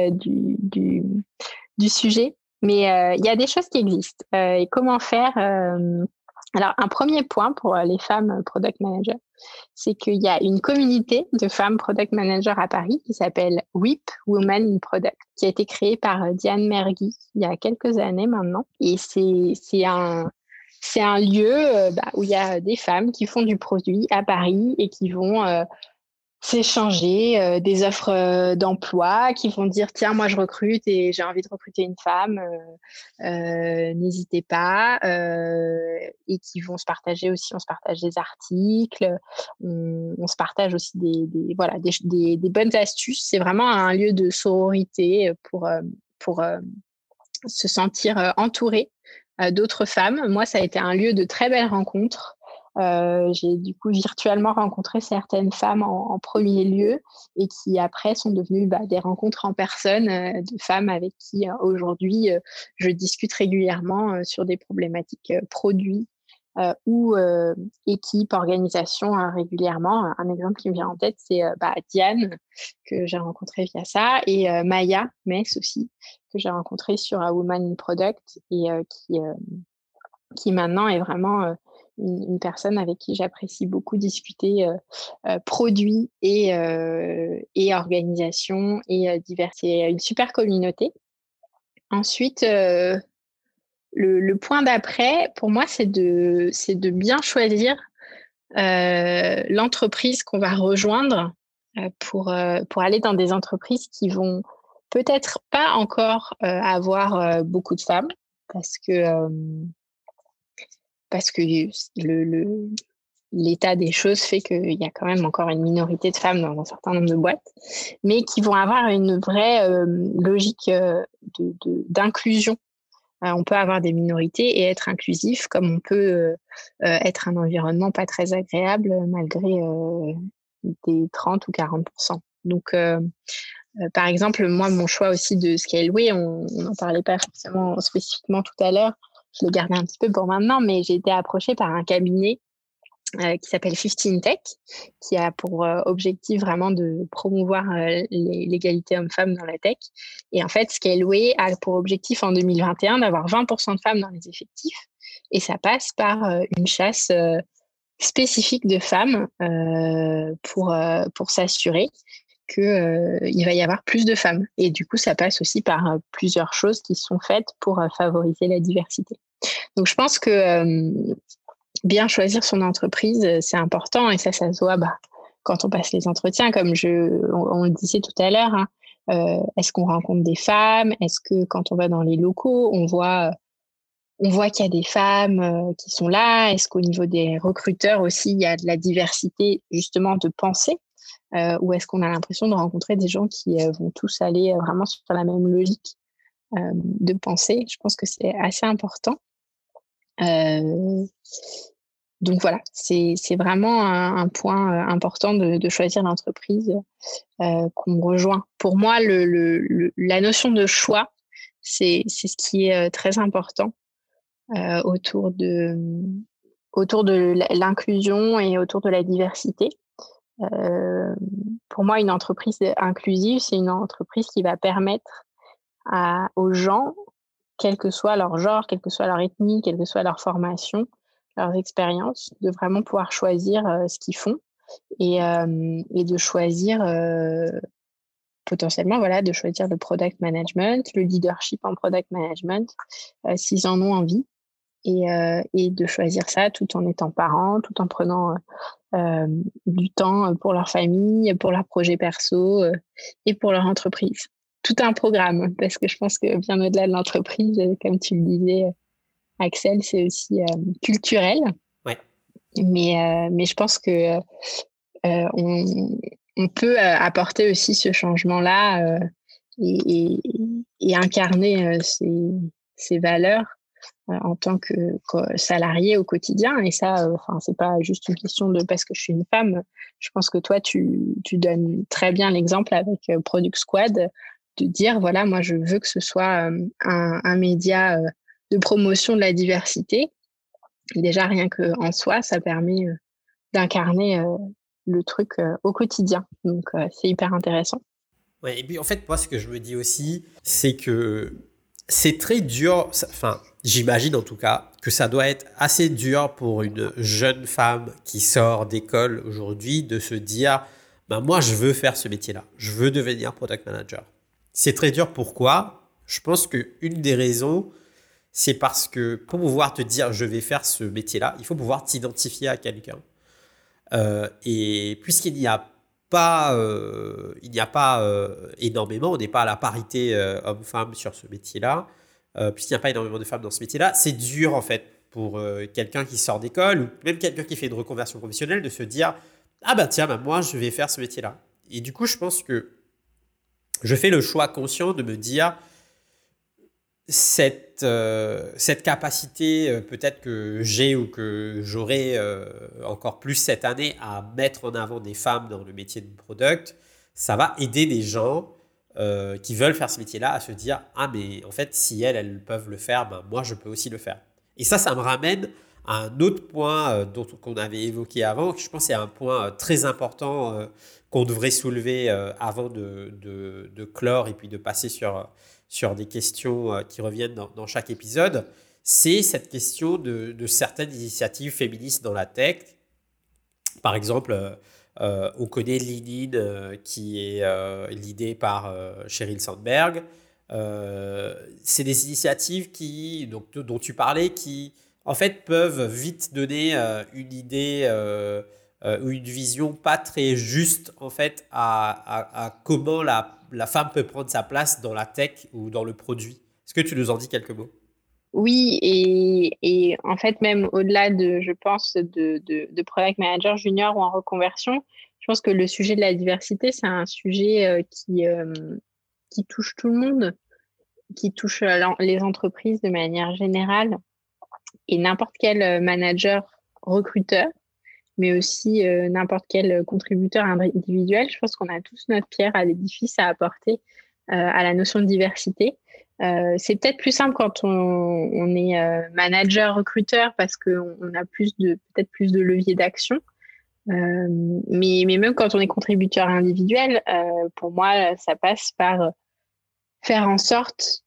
du sujet. Mais il y a des choses qui existent. Et comment faire Alors, un premier point pour les femmes product managers, c'est qu'il y a une communauté de femmes product managers à Paris qui s'appelle WIP, Women in Product, qui a été créée par Diane Mergui il y a quelques années maintenant. Et c'est un lieu où il y a des femmes qui font du produit à Paris et qui vont s'échanger des offres d'emploi, qui vont dire tiens, moi je recrute et j'ai envie de recruter une femme, n'hésitez pas, et qui vont se partager aussi, on se partage des articles, on se partage aussi des bonnes astuces. C'est vraiment un lieu de sororité pour se sentir entouré d'autres femmes. Moi, ça a été un lieu de très belles rencontres. J'ai du coup virtuellement rencontré certaines femmes en premier lieu et qui après sont devenues des rencontres en personne de femmes avec qui aujourd'hui je discute régulièrement sur des problématiques produits ou équipe, organisation régulièrement. Un exemple qui me vient en tête, c'est Diane que j'ai rencontrée via ça et Maya Mess aussi que j'ai rencontrée sur Woman in Product et qui maintenant est vraiment une personne avec qui j'apprécie beaucoup discuter produits et organisation et diversité. Une super communauté. Ensuite, le point d'après, pour moi, c'est de bien choisir l'entreprise qu'on va rejoindre pour aller dans des entreprises qui vont peut-être pas encore avoir beaucoup de femmes parce que le l'état des choses fait qu'il y a quand même encore une minorité de femmes dans un certain nombre de boîtes, mais qui vont avoir une vraie logique d'inclusion. On peut avoir des minorités et être inclusif, comme on peut être un environnement pas très agréable malgré des 30 ou 40%. Donc, par exemple, moi, mon choix aussi de Scaleway, on n'en parlait pas forcément spécifiquement tout à l'heure, je l'ai gardé un petit peu pour maintenant, mais j'ai été approchée par un cabinet qui s'appelle 15 Tech, qui a pour objectif vraiment de promouvoir l'égalité homme-femme dans la tech. Et en fait, Scaleway a pour objectif en 2021 d'avoir 20% de femmes dans les effectifs. Et ça passe par une chasse spécifique de femmes pour s'assurer qu'il va y avoir plus de femmes. Et du coup, ça passe aussi par plusieurs choses qui sont faites pour favoriser la diversité. Donc, je pense que bien choisir son entreprise, c'est important. Et ça se voit quand on passe les entretiens, comme on le disait tout à l'heure. Est-ce qu'on rencontre des femmes? Est-ce que quand on va dans les locaux, on voit qu'il y a des femmes qui sont là? Est-ce qu'au niveau des recruteurs aussi, il y a de la diversité justement de pensée? Ou est-ce qu'on a l'impression de rencontrer des gens qui vont tous aller vraiment sur la même logique de pensée? Je pense que c'est assez important. Donc voilà, c'est vraiment un point important de choisir l'entreprise qu'on rejoint. Pour moi, la notion de choix, c'est ce qui est très important autour de l'inclusion et autour de la diversité. Pour moi, une entreprise inclusive, c'est une entreprise qui va permettre aux gens, quel que soit leur genre, quelle que soit leur ethnie, quelle que soit leur formation, leurs expériences, de vraiment pouvoir choisir ce qu'ils font et de choisir potentiellement de choisir le product management, le leadership en product management, s'ils en ont envie, et de choisir ça tout en étant parents, tout en prenant du temps pour leur famille, pour leurs projets perso et pour leur entreprise. Tout un programme, parce que je pense que bien au-delà de l'entreprise, comme tu le disais, Axel, c'est aussi culturel. Ouais. Mais je pense que on peut apporter aussi ce changement-là et incarner ces valeurs en tant que salarié au quotidien. Et ça, c'est pas juste une question de parce que je suis une femme. Je pense que toi, tu donnes très bien l'exemple avec Product Squad, de dire, voilà, moi, je veux que ce soit un média de promotion de la diversité. Et déjà, rien qu'en soi, ça permet d'incarner le truc au quotidien. Donc, c'est hyper intéressant. Ouais, et puis, en fait, moi, ce que je me dis aussi, c'est que c'est très dur, j'imagine en tout cas, que ça doit être assez dur pour une jeune femme qui sort d'école aujourd'hui de se dire, moi, je veux faire ce métier-là. Je veux devenir product manager. C'est très dur. Pourquoi? Je pense qu'une des raisons, c'est parce que pour pouvoir te dire je vais faire ce métier-là, il faut pouvoir t'identifier à quelqu'un. Et puisqu'il n'y a pas, énormément, on n'est pas à la parité homme-femme sur ce métier-là, puisqu'il n'y a pas énormément de femmes dans ce métier-là, c'est dur en fait pour quelqu'un qui sort d'école ou même quelqu'un qui fait une reconversion professionnelle de se dire moi je vais faire ce métier-là. Et du coup, je pense que je fais le choix conscient de me dire cette capacité peut-être que j'ai ou que j'aurai encore plus cette année à mettre en avant des femmes dans le métier de product, ça va aider des gens qui veulent faire ce métier-là à se dire « Ah, mais en fait, si elles peuvent le faire, moi, je peux aussi le faire. » Et ça me ramène à un autre point qu'on avait évoqué avant, qui je pense est un point très important qu'on devrait soulever avant de clore et puis de passer sur des questions qui reviennent dans chaque épisode, c'est cette question de certaines initiatives féministes dans la tech. Par exemple, on connaît Lean In, qui est l'idée par Sheryl Sandberg. C'est des initiatives dont tu parlais qui, en fait, peuvent vite donner une idée ou une vision pas très juste, en fait, à comment la femme peut prendre sa place dans la tech ou dans le produit. Est-ce que tu nous en dis quelques mots? Oui, et en fait, même au-delà je pense, de product manager junior ou en reconversion, je pense que le sujet de la diversité, c'est un sujet qui touche tout le monde, qui touche les entreprises de manière générale et n'importe quel manager recruteur, mais aussi n'importe quel contributeur individuel. Je pense qu'on a tous notre pierre à l'édifice à apporter à la notion de diversité. C'est peut-être plus simple quand on est manager, recruteur, parce qu'on a peut-être plus de leviers d'action. Mais même quand on est contributeur individuel, pour moi, ça passe par faire en sorte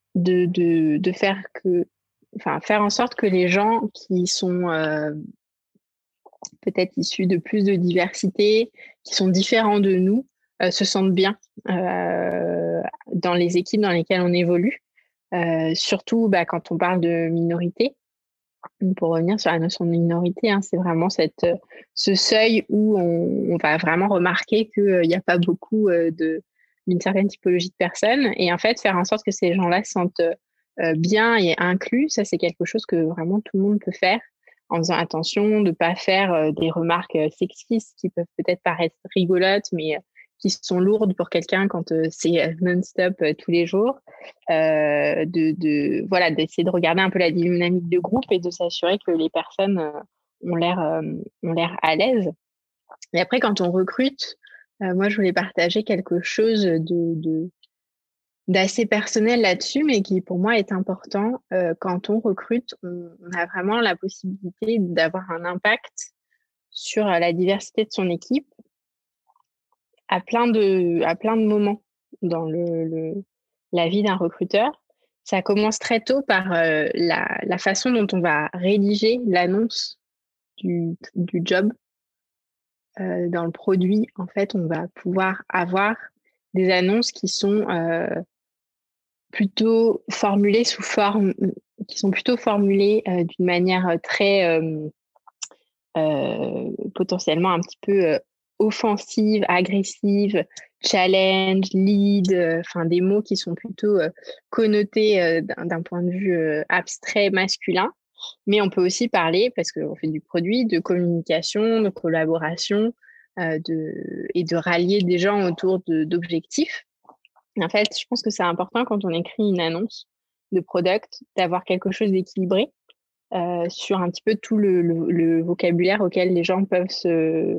faire en sorte que les gens qui sont peut-être issus de plus de diversité, qui sont différents de nous, se sentent bien dans les équipes dans lesquelles on évolue. Surtout quand on parle de minorité. Pour revenir sur la notion de minorité, c'est vraiment ce seuil où on va vraiment remarquer qu'il n'y a pas beaucoup d'une certaine typologie de personnes. Et en fait, faire en sorte que ces gens-là se sentent bien et inclus, ça c'est quelque chose que vraiment tout le monde peut faire en faisant attention de ne pas faire des remarques sexistes qui peuvent peut-être paraître rigolotes, mais qui sont lourdes pour quelqu'un quand c'est non-stop tous les jours. D'essayer de regarder un peu la dynamique de groupe et de s'assurer que les personnes ont l'air à l'aise. Et après, quand on recrute, moi, je voulais partager quelque chose d'assez personnel là-dessus, mais qui pour moi est important. Quand on recrute, on a vraiment la possibilité d'avoir un impact sur la diversité de son équipe à plein de moments dans la vie d'un recruteur. Ça commence très tôt par la façon dont on va rédiger l'annonce du job. Dans le produit, en fait, on va pouvoir avoir des annonces qui sont plutôt formulées d'une manière très potentiellement un petit peu offensive, agressive, challenge, lead, des mots qui sont plutôt connotés d'un point de vue abstrait masculin. Mais on peut aussi parler, parce qu'on fait du produit, de communication, de collaboration et de rallier des gens autour d'objectifs. En fait, je pense que c'est important quand on écrit une annonce de product d'avoir quelque chose d'équilibré sur un petit peu tout le vocabulaire auquel les gens peuvent se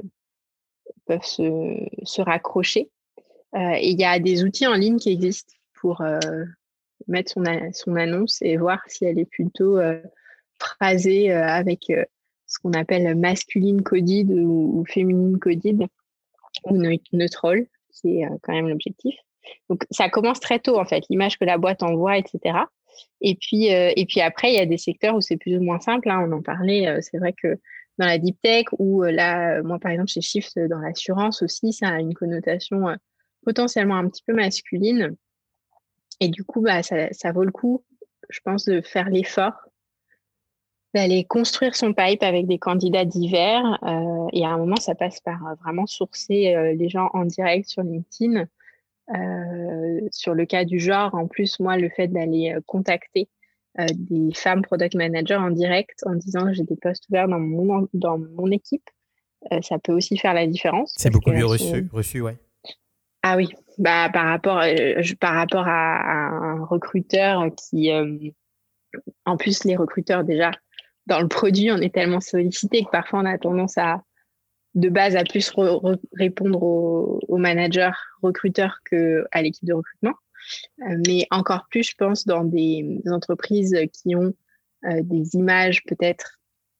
raccrocher. Et il y a des outils en ligne qui existent pour mettre son annonce et voir si elle est plutôt phrasée avec ce qu'on appelle masculine coded ou féminine coded ou neutral, c'est quand même l'objectif. Donc, ça commence très tôt, en fait, l'image que la boîte envoie, etc. Et puis après, il y a des secteurs où c'est plus ou moins simple. On en parlait, c'est vrai que dans la deep tech ou là, moi, par exemple, chez Shift, dans l'assurance aussi, ça a une connotation potentiellement un petit peu masculine. Et du coup, ça vaut le coup, je pense, de faire l'effort d'aller construire son pipe avec des candidats divers. Et à un moment, ça passe par vraiment sourcer les gens en direct sur LinkedIn. Sur le cas du genre, en plus, moi, le fait d'aller contacter des femmes product managers en direct en disant que j'ai des postes ouverts dans mon équipe, ça peut aussi faire la différence. C'est beaucoup mieux reçu, ouais. Ah oui, par rapport à un recruteur qui, en plus, les recruteurs déjà, dans le produit, on est tellement sollicité que parfois on a tendance de base à plus répondre aux managers recruteurs qu'à l'équipe de recrutement. Mais encore plus, je pense, dans des entreprises qui ont des images peut-être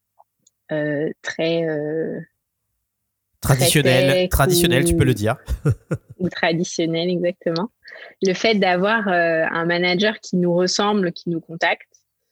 très traditionnelles, tu peux le dire. Ou traditionnelles, exactement. Le fait d'avoir un manager qui nous ressemble, qui nous contacte,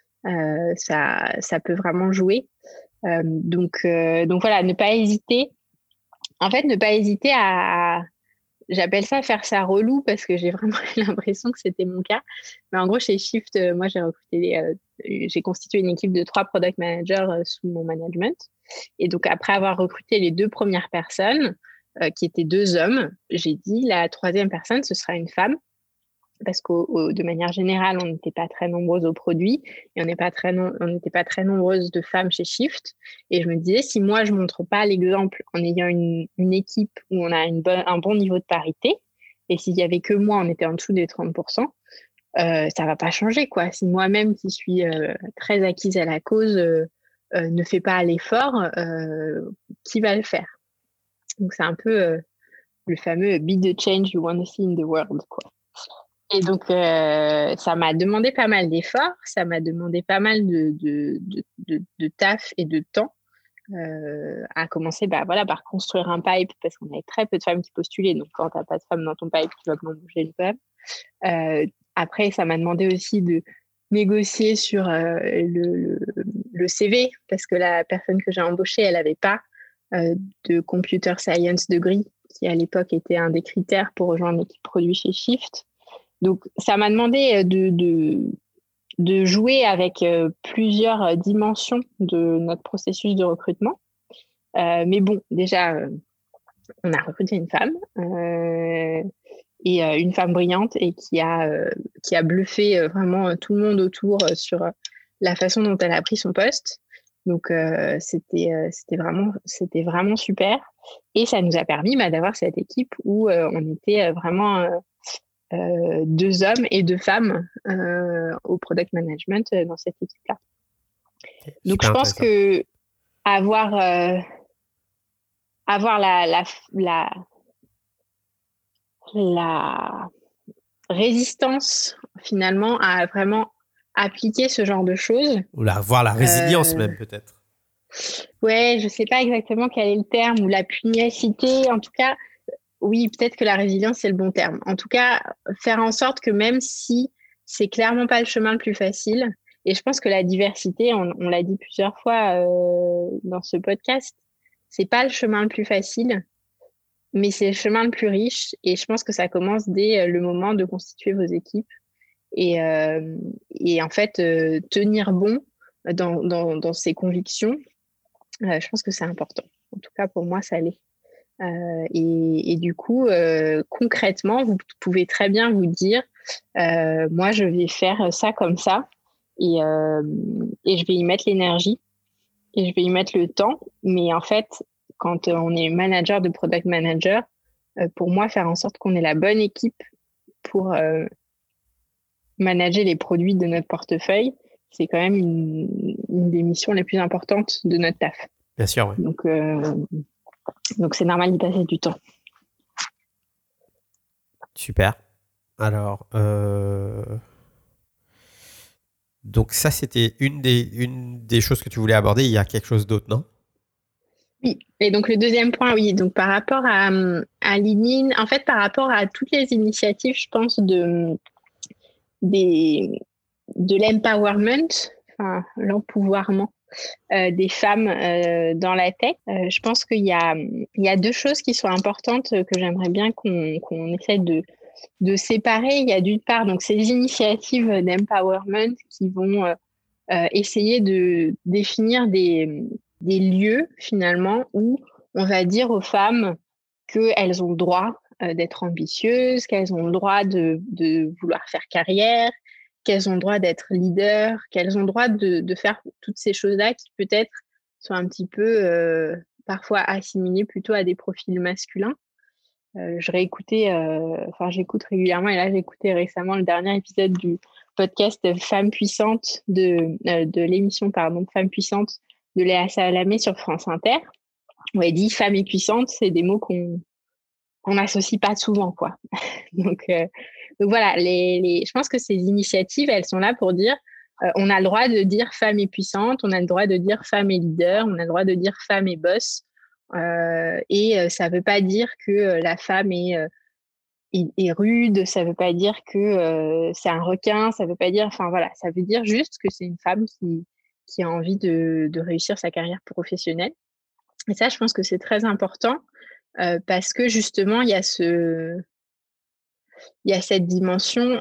ça peut vraiment jouer. Donc voilà, ne pas hésiter. En fait, ne pas hésiter j'appelle ça faire ça relou parce que j'ai vraiment l'impression que c'était mon cas. Mais en gros, chez Shift, moi, j'ai constitué une équipe de 3 product managers sous mon management. Et donc, après avoir recruté les 2 premières personnes, qui étaient 2 hommes, j'ai dit la 3e personne, ce sera une femme. parce que de manière générale, on n'était pas très nombreuses au produit et on n'était pas très nombreuses de femmes chez Shift. Et je me disais, si moi, je ne montre pas l'exemple en ayant une équipe où on a un bon niveau de parité, et s'il n'y avait que moi, on était en dessous des 30%, ça ne va pas changer, quoi. Si moi-même, qui suis très acquise à la cause, ne fais pas l'effort, qui va le faire? Donc, c'est un peu le fameux « be the change you want to see in the world », quoi. Et donc, ça m'a demandé pas mal d'efforts, ça m'a demandé pas mal de taf et de temps, à commencer par construire un pipe, parce qu'on avait très peu de femmes qui postulaient. Donc, quand tu n'as pas de femmes dans ton pipe, tu vas pas bouger le pipe. Après, ça m'a demandé aussi de négocier sur le CV, parce que la personne que j'ai embauchée, elle n'avait pas de computer science degree, qui à l'époque était un des critères pour rejoindre l'équipe produit chez Shift. Donc, ça m'a demandé de jouer avec plusieurs dimensions de notre processus de recrutement. Mais bon, déjà, on a recruté une femme, et une femme brillante, et qui a bluffé vraiment tout le monde autour sur la façon dont elle a pris son poste. Donc, c'était vraiment super. Et ça nous a permis d'avoir cette équipe où on était vraiment 2 hommes et 2 femmes au product management dans cette équipe-là. Donc, je pense que avoir la résistance, finalement, à vraiment appliquer ce genre de choses. Ou voir la résilience même, peut-être. Ouais, je ne sais pas exactement quel est le terme, ou la pugnacité. En tout cas, oui, peut-être que la résilience, c'est le bon terme. En tout cas, faire en sorte que même si c'est clairement pas le chemin le plus facile, et je pense que la diversité, on l'a dit plusieurs fois dans ce podcast, c'est pas le chemin le plus facile, mais c'est le chemin le plus riche. Et je pense que ça commence dès le moment de constituer vos équipes. Et en fait, tenir bon dans ses convictions, je pense que c'est important. En tout cas, pour moi, ça l'est. Et du coup, concrètement, vous pouvez très bien vous dire, moi, je vais faire ça comme ça, et je vais y mettre l'énergie, et je vais y mettre le temps. Mais en fait, quand on est manager de product manager, pour moi, faire en sorte qu'on ait la bonne équipe pour manager les produits de notre portefeuille, c'est quand même une des missions les plus importantes de notre taf. Bien sûr, oui. Donc, c'est normal d'y passer du temps. Super. Alors, donc ça, c'était une des choses que tu voulais aborder. Il y a quelque chose d'autre, non? Oui. Et donc, le deuxième point, oui. Donc, par rapport à LinkedIn, en fait, par rapport à toutes les initiatives, je pense, de l'empowerment, enfin, l'empouvoirment des femmes dans la tech, je pense qu'il y a 2 choses qui sont importantes que j'aimerais bien qu'on essaie de séparer. Il y a d'une part donc ces initiatives d'empowerment qui vont essayer de définir des lieux finalement où on va dire aux femmes qu'elles ont le droit d'être ambitieuses, qu'elles ont le droit de vouloir faire carrière, qu'elles ont le droit d'être leaders, qu'elles ont le droit de faire toutes ces choses-là qui peut-être sont un petit peu parfois assimilées plutôt à des profils masculins. J'écoute régulièrement, et là j'ai écouté récemment le dernier épisode du podcast Femmes puissantes de l'émission Femmes puissantes de Léa Salamé sur France Inter, où elle dit femmes et puissantes, c'est des mots qu'on n'associe pas souvent, quoi. Donc voilà, je pense que ces initiatives, elles sont là pour dire on a le droit de dire femme et puissante, on a le droit de dire femme et leader, on a le droit de dire femme et boss. Et ça ne veut pas dire que la femme est rude, ça ne veut pas dire que c'est un requin, ça veut pas dire, enfin voilà, ça veut dire juste que c'est une femme qui a envie de réussir sa carrière professionnelle. Et ça, je pense que c'est très important parce que justement, il y a cette dimension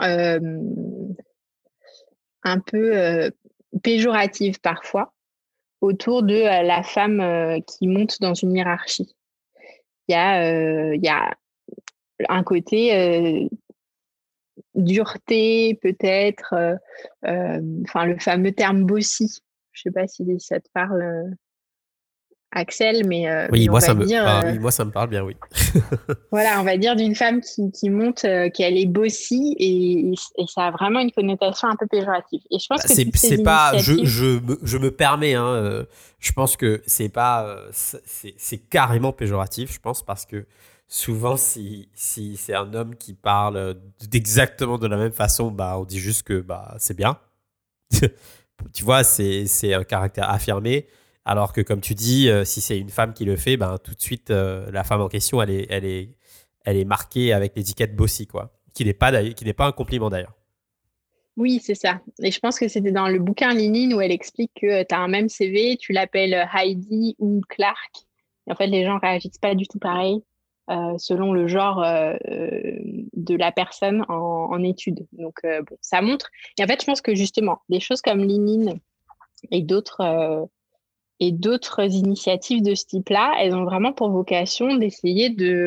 un peu péjorative parfois autour de la femme qui monte dans une hiérarchie. Il y a un côté dureté peut-être, enfin le fameux terme bossy. Je sais pas si ça te parle, Axel, Oui, mais on moi, va dire, oui, moi, ça me parle bien, oui. voilà, on va dire d'une femme qui montre qu'elle est bossy et ça a vraiment une connotation un peu péjorative. Et je pense que toutes ces C'est pas, initiatives, je me permets, hein, je pense que c'est pas, c'est carrément péjoratif, je pense, parce que souvent, si c'est un homme qui parle d'exactement de la même façon, bah, on dit juste que bah, c'est bien. Tu vois, c'est un caractère affirmé. Alors que, comme tu dis, si c'est une femme qui le fait, ben, tout de suite, la femme en question, elle est marquée avec l'étiquette bossy, quoi. Qui n'est pas un compliment d'ailleurs. oui, c'est ça. Et je pense que c'était dans le bouquin Lénine où elle explique que tu as un même CV, tu l'appelles Heidi ou Clark. Et en fait, les gens réagissent pas du tout pareil selon le genre de la personne en étude. Donc, bon, ça montre. Et en fait, je pense que justement, des choses comme Lénine et d'autres initiatives de ce type-là, elles ont vraiment pour vocation d'essayer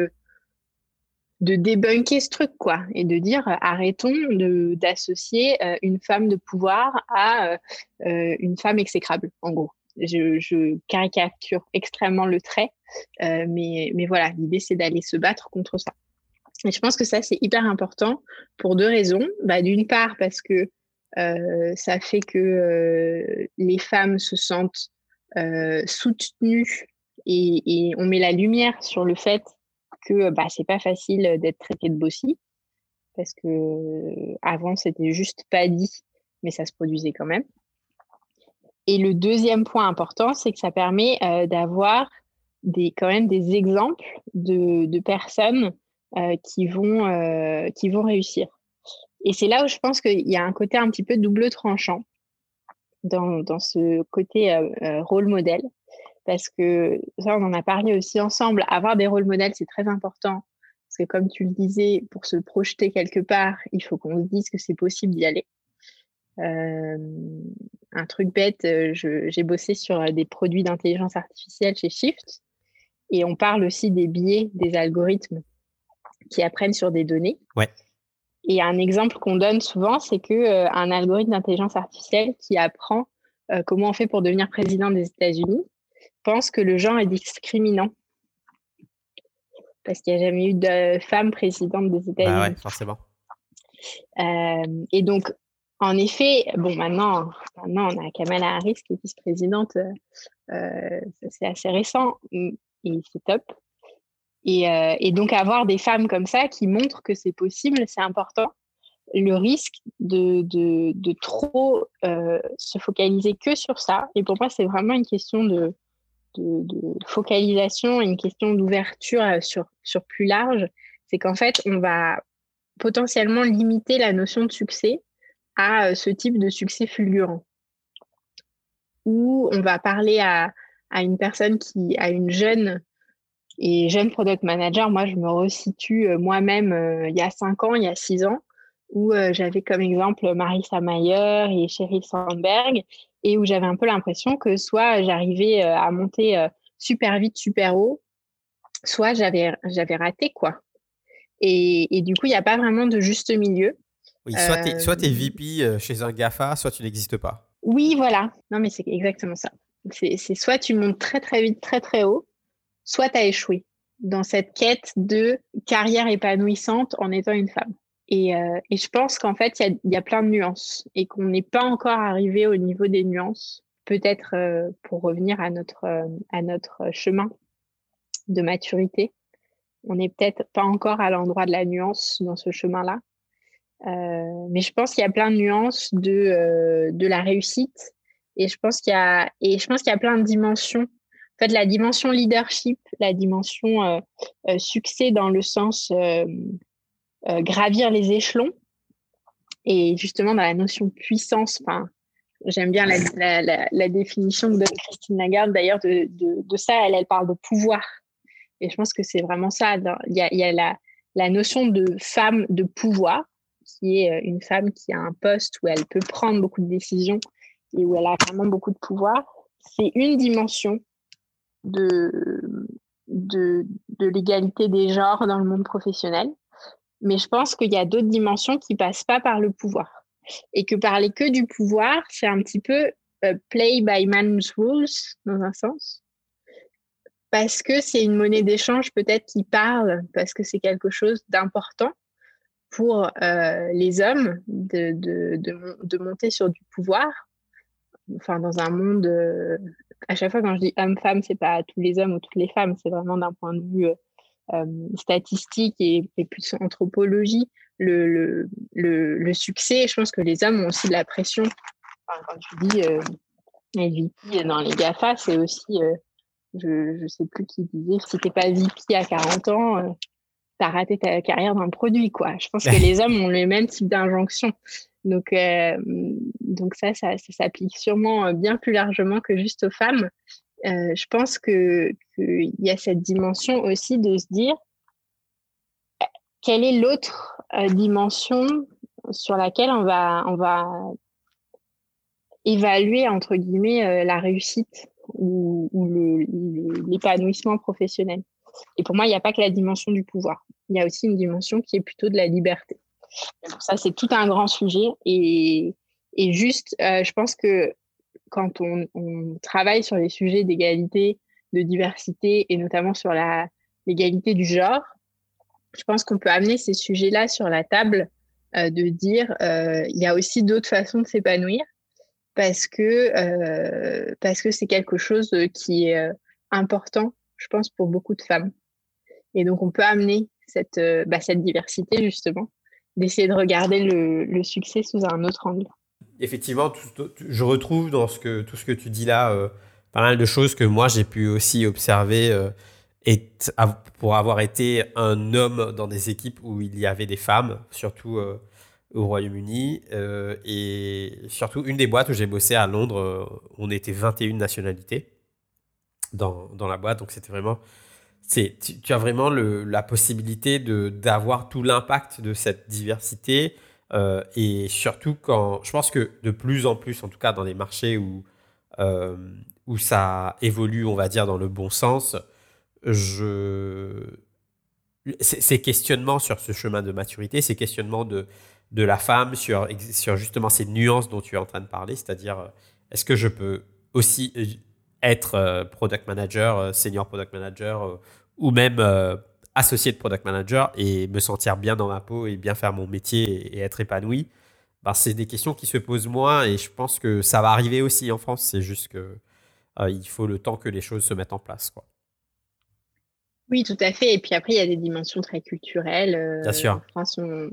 de débunker ce truc, quoi, et de dire arrêtons d'associer une femme de pouvoir à une femme exécrable, en gros. Je caricature extrêmement le trait, mais voilà, l'idée c'est d'aller se battre contre ça. Et je pense que ça c'est hyper important pour deux raisons. Bah, d'une part parce que ça fait que les femmes se sentent soutenues et on met la lumière sur le fait que bah, c'est pas facile d'être traité de bossy parce que avant c'était juste pas dit, mais ça se produisait quand même. Et le deuxième point important, c'est que ça permet d'avoir quand même des exemples de personnes qui vont réussir. Et c'est là où je pense qu'il y a un côté un petit peu double tranchant dans ce côté rôle modèle. Parce que ça, on en a parlé aussi ensemble. Avoir des rôles modèles, c'est très important. Parce que comme tu le disais, pour se projeter quelque part, il faut qu'on se dise que c'est possible d'y aller. Un truc bête, j'ai bossé sur des produits d'intelligence artificielle chez Shift. Et on parle aussi des biais des algorithmes qui apprennent sur des données. Ouais. Et un exemple qu'on donne souvent, c'est qu'un algorithme d'intelligence artificielle qui apprend comment on fait pour devenir président des États-Unis pense que le genre est discriminant parce qu'il n'y a jamais eu de femme présidente des États-Unis. Bah ouais, forcément. Et donc, en effet, bon, maintenant on a Kamala Harris qui est vice-présidente, c'est assez récent et c'est top. Et donc, avoir des femmes comme ça qui montrent que c'est possible, c'est important. Le risque de trop se focaliser que sur ça, et pour moi, c'est vraiment une question de focalisation, une question d'ouverture sur plus large, c'est qu'en fait, on va potentiellement limiter la notion de succès à ce type de succès fulgurant. Où on va parler à une personne à une jeune product manager. Moi, je me resitue moi-même il y a 5 ans, il y a 6 ans, où j'avais comme exemple Marissa Mayer et Sheryl Sandberg, et où j'avais un peu l'impression que soit j'arrivais à monter super vite, super haut, soit j'avais raté, quoi. Et du coup, il n'y a pas vraiment de juste milieu. Oui, soit t'es VP chez un GAFA, soit tu n'existes pas. Oui, voilà. Non, mais c'est exactement ça. C'est soit tu montes très, très vite, très, très haut, soit tu as échoué dans cette quête de carrière épanouissante en étant une femme. Et je pense qu'en fait, il y a plein de nuances et qu'on n'est pas encore arrivé au niveau des nuances. Peut-être pour revenir à notre chemin de maturité, on n'est peut-être pas encore à l'endroit de la nuance dans ce chemin-là. Mais je pense qu'il y a plein de nuances de la réussite et je pense qu'il y a plein de dimensions. En fait, la dimension leadership, la dimension succès dans le sens gravir les échelons et justement dans la notion puissance. Enfin, j'aime bien la définition que donne Christine Lagarde d'ailleurs de ça. Elle parle de pouvoir et je pense que c'est vraiment ça. Il y a la notion de femme de pouvoir qui est une femme qui a un poste où elle peut prendre beaucoup de décisions et où elle a vraiment beaucoup de pouvoir. C'est une dimension de l'égalité des genres dans le monde professionnel. Mais je pense qu'il y a d'autres dimensions qui passent pas par le pouvoir. Et que parler que du pouvoir, c'est un petit peu play by man's rules, dans un sens. Parce que c'est une monnaie d'échange peut-être qui parle, parce que c'est quelque chose d'important pour les hommes de monter sur du pouvoir. Enfin, dans un monde, à chaque fois quand je dis homme-femme, c'est pas tous les hommes ou toutes les femmes, c'est vraiment d'un point de vue statistique et plus anthropologie, le succès. Je pense que les hommes ont aussi de la pression. Enfin, quand tu dis VP dans les GAFA, c'est aussi, je sais plus qui disait, si t'es pas VP à 40 ans, t'as raté ta carrière dans le produit, quoi. Je pense que les hommes ont le même type d'injonction. Donc ça s'applique sûrement bien plus largement que juste aux femmes. Je pense qu'il y a cette dimension aussi de se dire quelle est l'autre dimension sur laquelle on va évaluer, entre guillemets, la réussite ou l'épanouissement professionnel. Et pour moi, il n'y a pas que la dimension du pouvoir. Il y a aussi une dimension qui est plutôt de la liberté. Donc ça, c'est tout un grand sujet. Et juste, je pense que quand on travaille sur les sujets d'égalité, de diversité et notamment sur l'égalité du genre, je pense qu'on peut amener ces sujets-là sur la table, de dire il y a aussi d'autres façons de s'épanouir parce que c'est quelque chose qui est important, je pense, pour beaucoup de femmes. Et donc, on peut amener cette diversité, justement, d'essayer de regarder le succès sous un autre angle. Effectivement, je retrouve dans tout ce que tu dis là pas mal de choses que moi j'ai pu aussi observer pour avoir été un homme dans des équipes où il y avait des femmes, surtout au Royaume-Uni. Et surtout, une des boîtes où j'ai bossé à Londres, on était 21 nationalités dans la boîte. Donc, c'était vraiment... Tu as vraiment la possibilité d'avoir tout l'impact de cette diversité. Et surtout je pense que de plus en plus, en tout cas dans les marchés où ça évolue, on va dire, dans le bon sens, ces questionnements sur ce chemin de maturité, ces questionnements de la femme sur justement ces nuances dont tu es en train de parler, c'est-à-dire est-ce que je peux aussi être product manager, senior product manager ou même associé de product manager et me sentir bien dans ma peau et bien faire mon métier et être épanoui. C'est des questions qui se posent moins et je pense que ça va arriver aussi en France. C'est juste que il faut le temps que les choses se mettent en place, quoi. Oui, tout à fait. Et puis après, il y a des dimensions très culturelles. Bien sûr. En France, on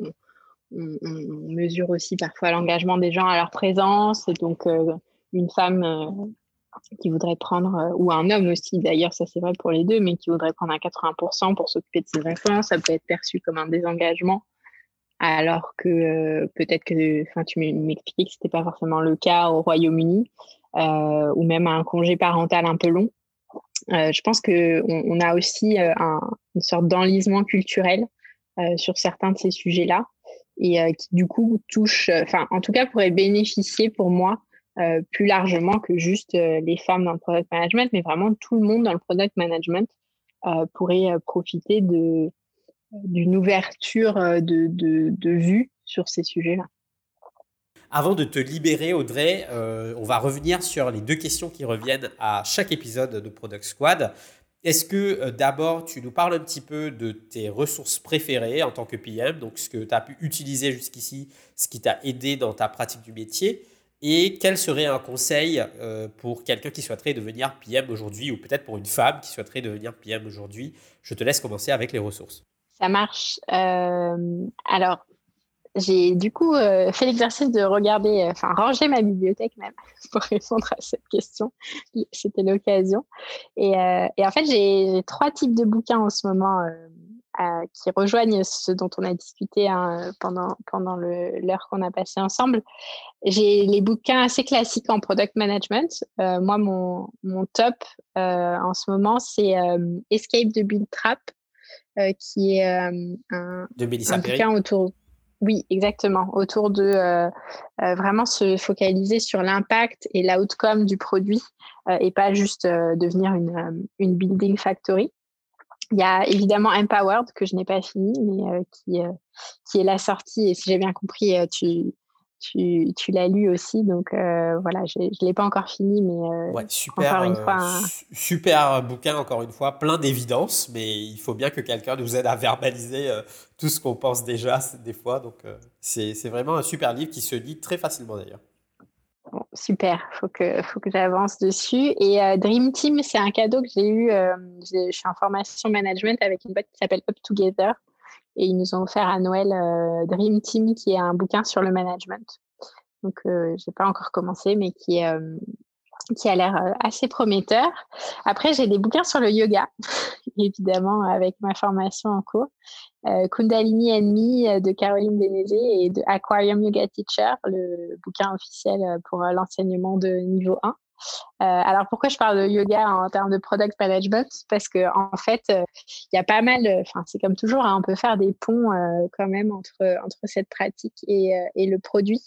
mesure aussi parfois l'engagement des gens à leur présence. Et donc, une femme qui voudrait prendre, ou un homme aussi, d'ailleurs, ça c'est vrai pour les deux, mais qui voudrait prendre à 80% pour s'occuper de ses enfants, ça peut être perçu comme un désengagement. Alors que peut-être que, tu m'expliquais que c'était pas forcément le cas au Royaume-Uni, ou même un congé parental un peu long. Je pense qu'on a aussi une sorte d'enlisement culturel sur certains de ces sujets-là et qui du coup touche, en tout cas pourrait bénéficier pour moi plus largement que juste les femmes dans le product management, mais vraiment tout le monde dans le product management pourrait profiter d'une ouverture de vue sur ces sujets-là. Avant de te libérer, Audrey, on va revenir sur les 2 questions qui reviennent à chaque épisode de Product Squad. Est-ce que d'abord, tu nous parles un petit peu de tes ressources préférées en tant que PM, donc ce que tu as pu utiliser jusqu'ici, ce qui t'a aidé dans ta pratique du métier, et quel serait un conseil pour quelqu'un qui souhaiterait devenir PM aujourd'hui, ou peut-être pour une femme qui souhaiterait devenir PM aujourd'hui? Je te laisse commencer avec les ressources. Ça marche. Alors, j'ai du coup fait l'exercice de ranger ma bibliothèque même pour répondre à cette question. C'était l'occasion. Et en fait, j'ai 3 types de bouquins en ce moment qui rejoignent ce dont on a discuté pendant l'heure qu'on a passée ensemble. J'ai les bouquins assez classiques en product management. Moi, mon top en ce moment, c'est Escape the Build Trap, qui est un bouquin autour... Oui, exactement. Autour de vraiment se focaliser sur l'impact et l'outcome du produit et pas juste devenir une building factory. Il y a évidemment Empowered que je n'ai pas fini, mais qui est la sortie. Et si j'ai bien compris, tu l'as lu aussi. Donc voilà, je ne l'ai pas encore fini, mais Ouais, encore une fois, super bouquin, encore une fois, plein d'évidence, mais il faut bien que quelqu'un nous aide à verbaliser tout ce qu'on pense déjà des fois. Donc, c'est vraiment un super livre qui se lit très facilement d'ailleurs. bon, super, faut que j'avance dessus. Et Dream Team, c'est un cadeau que j'ai eu. Je suis en formation management avec une boîte qui s'appelle Up Together. Et ils nous ont offert à Noël Dream Team, qui est un bouquin sur le management. Donc, j'ai pas encore commencé, mais qui a l'air assez prometteur. Après, j'ai des bouquins sur le yoga, évidemment, avec ma formation en cours. Kundalini and Me de Caroline Bénézé et de Aquarium Yoga Teacher, le bouquin officiel pour l'enseignement de niveau 1. Alors, pourquoi je parle de yoga en termes de product management? Parce que en fait, il y a pas mal, c'est comme toujours, hein, on peut faire des ponts quand même entre cette pratique et le produit.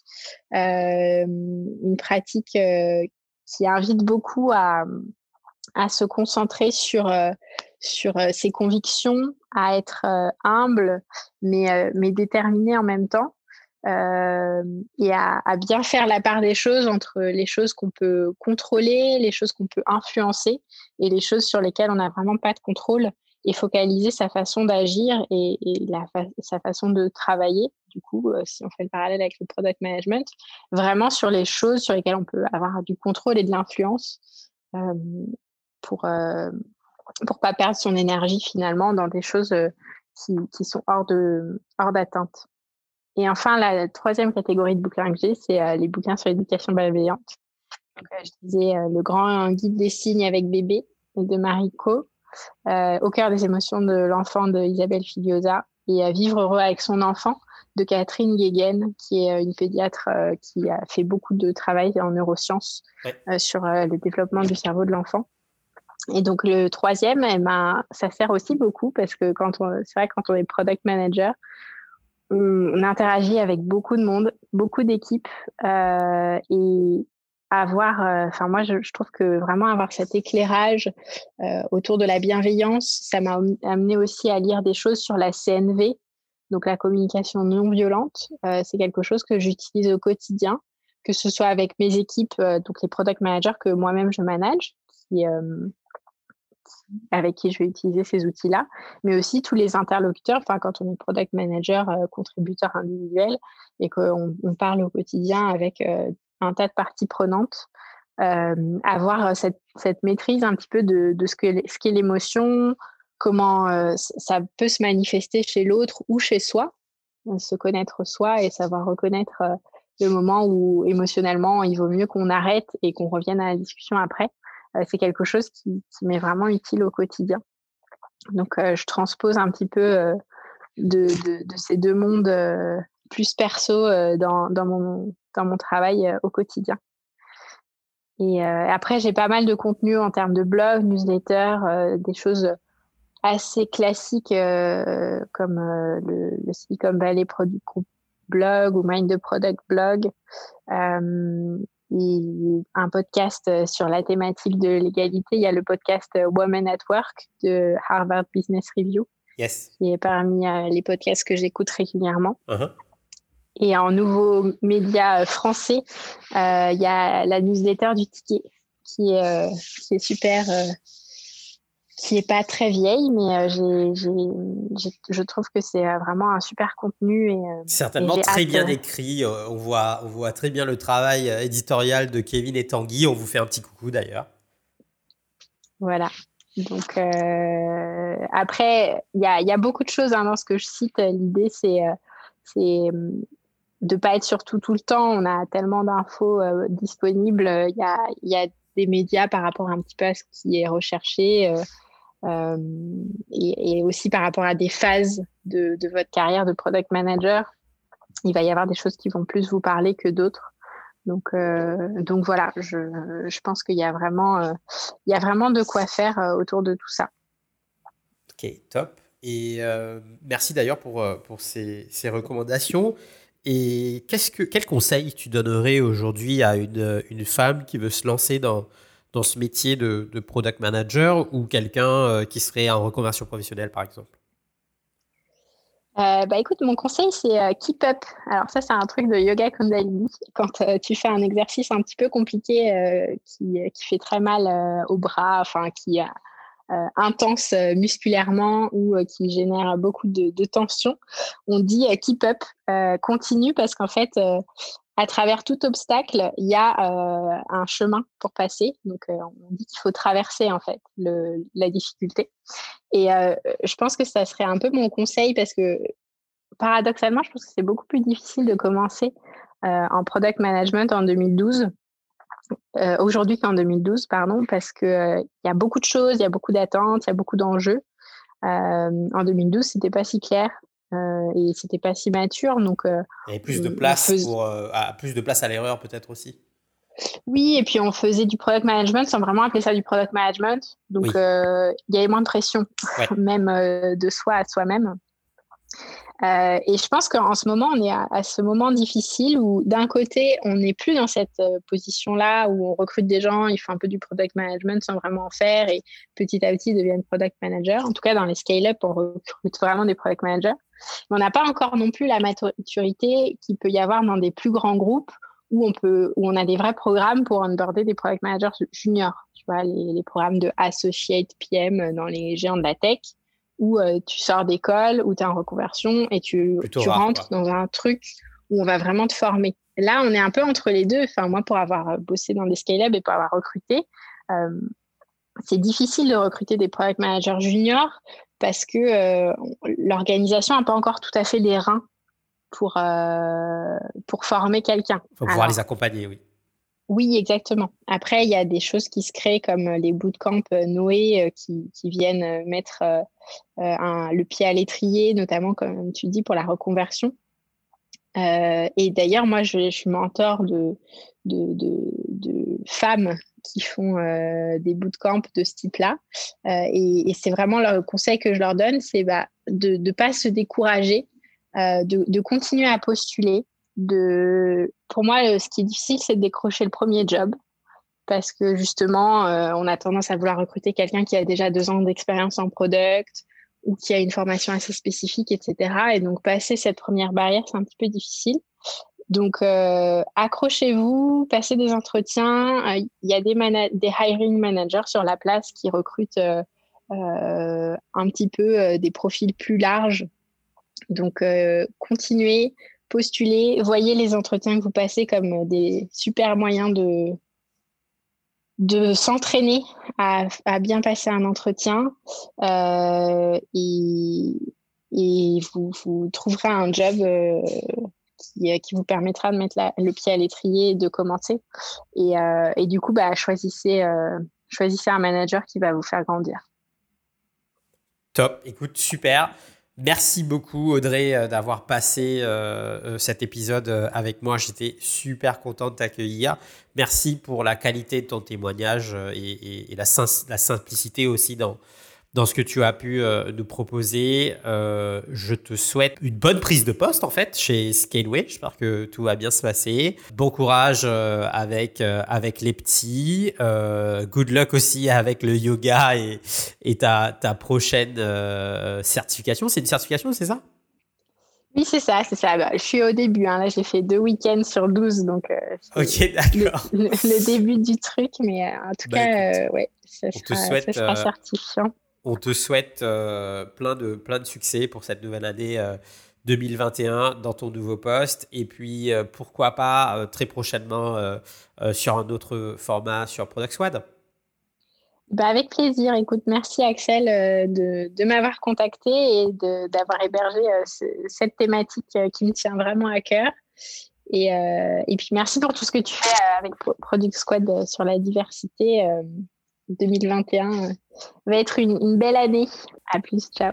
Une pratique qui invite beaucoup à se concentrer sur ses convictions, à être humble, mais déterminé en même temps. Et à bien faire la part des choses entre les choses qu'on peut contrôler, les choses qu'on peut influencer et les choses sur lesquelles on n'a vraiment pas de contrôle, et focaliser sa façon d'agir et sa façon de travailler. Du coup, si on fait le parallèle avec le product management, vraiment sur les choses sur lesquelles on peut avoir du contrôle et de l'influence pour pas perdre son énergie finalement dans des choses qui sont hors d'atteinte. Et enfin, la troisième catégorie de bouquins que j'ai, c'est les bouquins sur l'éducation bienveillante. Donc, je disais Le grand guide des signes avec bébé de Mariko, Au cœur des émotions de l'enfant de Isabelle Filiosa et Vivre heureux avec son enfant de Catherine Guéguen, qui est une pédiatre qui a fait beaucoup de travail en neurosciences sur le développement du cerveau de l'enfant. Et donc, le troisième, ça sert aussi beaucoup parce que c'est vrai que quand on est product manager, on interagit avec beaucoup de monde, beaucoup d'équipes et avoir, moi je trouve que vraiment avoir cet éclairage autour de la bienveillance, ça m'a amené aussi à lire des choses sur la CNV, donc la communication non violente. C'est quelque chose que j'utilise au quotidien, que ce soit avec mes équipes, donc les product managers que moi-même je manage, avec qui je vais utiliser ces outils-là, mais aussi tous les interlocuteurs, quand on est product manager, contributeur individuel, et qu'on parle au quotidien avec un tas de parties prenantes, avoir cette maîtrise un petit peu de ce qu'est l'émotion, comment ça peut se manifester chez l'autre ou chez soi, se connaître soi et savoir reconnaître le moment où émotionnellement il vaut mieux qu'on arrête et qu'on revienne à la discussion après. C'est quelque chose qui m'est vraiment utile au quotidien. Donc, je transpose un petit peu de ces deux mondes plus perso dans mon travail au quotidien. Et après, j'ai pas mal de contenu en termes de blog, newsletter, des choses assez classiques comme le Silicon Valley Product Group blog ou Mind the Product blog. Et un podcast sur la thématique de l'égalité. Il y a le podcast Women at Work de Harvard Business Review, qui est parmi les podcasts que j'écoute régulièrement. Uh-huh. Et en nouveau média français, il y a la newsletter du Ticket, qui est super, qui n'est pas très vieille, mais je trouve que c'est vraiment un super contenu. Certainement très bien écrit. On voit très bien le travail éditorial de Kevin et Tanguy. On vous fait un petit coucou d'ailleurs. Voilà. Donc, après, il y a beaucoup de choses dans ce que je cite. L'idée, c'est de ne pas être sur tout le temps. On a tellement d'infos disponibles. Il y a des médias par rapport un petit peu à ce qui est recherché. Et aussi par rapport à des phases de votre carrière de product manager, il va y avoir des choses qui vont plus vous parler que d'autres. Donc voilà, je pense qu'il y a vraiment de quoi faire autour de tout ça. Ok, top. Et merci d'ailleurs pour ces recommandations. Et quel conseil tu donnerais aujourd'hui à une femme qui veut se lancer dans dans ce métier de product manager ou quelqu'un qui serait en reconversion professionnelle, par exemple? Écoute, mon conseil, c'est keep up. Alors ça, c'est un truc de yoga Kundalini. Quand tu fais un exercice un petit peu compliqué qui fait très mal au bras, enfin qui est intense musculairement ou qui génère beaucoup de tension, on dit keep up, continue, parce qu'en fait, à travers tout obstacle, il y a un chemin pour passer. Donc, on dit qu'il faut traverser en fait la difficulté. Et je pense que ça serait un peu mon conseil, parce que paradoxalement, je pense que c'est beaucoup plus difficile de commencer en product management en 2012, aujourd'hui qu'en 2012, pardon, parce que il y a beaucoup de choses, il y a beaucoup d'attentes, il y a beaucoup d'enjeux. En 2012, c'était pas si clair. Et c'était pas si mature, donc il y avait plus de place plus de place à l'erreur peut-être aussi. Oui, et puis on faisait du product management sans vraiment appeler ça du product management, donc il y avait moins de pression, même de soi à soi-même. Et je pense qu'en ce moment, on est à ce moment difficile où d'un côté, on n'est plus dans cette position-là où on recrute des gens, ils font un peu du product management sans vraiment en faire, et petit à petit ils deviennent product managers. En tout cas, dans les scale-up, on recrute vraiment des product managers. Mais on n'a pas encore non plus la maturité qu'il peut y avoir dans des plus grands groupes où on a des vrais programmes pour onboarder des product managers juniors. Tu vois, les programmes de associate PM dans les géants de la tech, où tu sors d'école, où tu es en reconversion et tu rentres dans un truc où on va vraiment te former. Là, on est un peu entre les deux. Enfin, moi, pour avoir bossé dans des scale-up et pour avoir recruté, c'est difficile de recruter des product managers juniors parce que l'organisation n'a pas encore tout à fait les reins pour former quelqu'un. Il faut pouvoir les accompagner, oui. Oui, exactement. Après, il y a des choses qui se créent comme les bootcamps Noé qui viennent mettre le pied à l'étrier, notamment, comme tu dis, pour la reconversion. Et d'ailleurs, moi, je suis mentor de femmes qui font des bootcamps de ce type-là. Et c'est vraiment le conseil que je leur donne, c'est de ne pas se décourager, de continuer à postuler. Pour moi, ce qui est difficile, c'est de décrocher le premier job, parce que justement, on a tendance à vouloir recruter quelqu'un qui a déjà 2 ans d'expérience en product ou qui a une formation assez spécifique, etc. Et donc, passer cette première barrière, c'est un petit peu difficile. Donc, accrochez-vous, passez des entretiens. Il y a des hiring managers sur la place qui recrutent un petit peu des profils plus larges. Donc, continuez, postulez, voyez les entretiens que vous passez comme des super moyens de s'entraîner à bien passer un entretien, et vous trouverez un job qui vous permettra de mettre le pied à l'étrier et de commencer. Et du coup, choisissez un manager qui va vous faire grandir. Top, écoute, super. Merci beaucoup Audrey d'avoir passé cet épisode avec moi. J'étais super content de t'accueillir. Merci pour la qualité de ton témoignage et la simplicité aussi dans ce que tu as pu nous proposer. Je te souhaite une bonne prise de poste en fait chez Scaleway. J'espère que tout va bien se passer. Bon courage avec les petits. Good luck aussi avec le yoga et ta prochaine certification. C'est une certification, c'est ça? Oui, c'est ça. Je suis au début. Là, j'ai fait 2 week-ends sur 12. Donc, ok, d'accord. Le début du truc. Mais en tout cas, ouais, ça sera certifiant. On te souhaite plein de succès pour cette nouvelle année 2021 dans ton nouveau poste. Et puis, pourquoi pas très prochainement sur un autre format sur Product Squad. Avec plaisir. Écoute, merci Axel de m'avoir contacté et d'avoir hébergé cette thématique qui me tient vraiment à cœur. Et puis, merci pour tout ce que tu fais avec Product Squad sur la diversité. 2021 va être une belle année. À plus, ciao.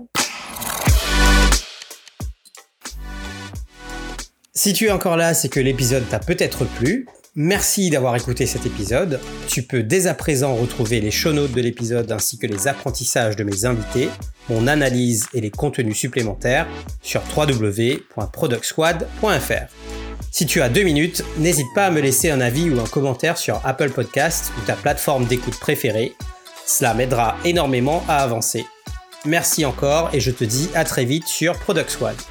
Si tu es encore là, c'est que l'épisode t'a peut-être plu. Merci d'avoir écouté cet épisode. Tu peux dès à présent retrouver les show notes de l'épisode ainsi que les apprentissages de mes invités, mon analyse et les contenus supplémentaires sur www.productsquad.fr. Si tu as 2 minutes, n'hésite pas à me laisser un avis ou un commentaire sur Apple Podcasts ou ta plateforme d'écoute préférée. Cela m'aidera énormément à avancer. Merci encore et je te dis à très vite sur Product Squad.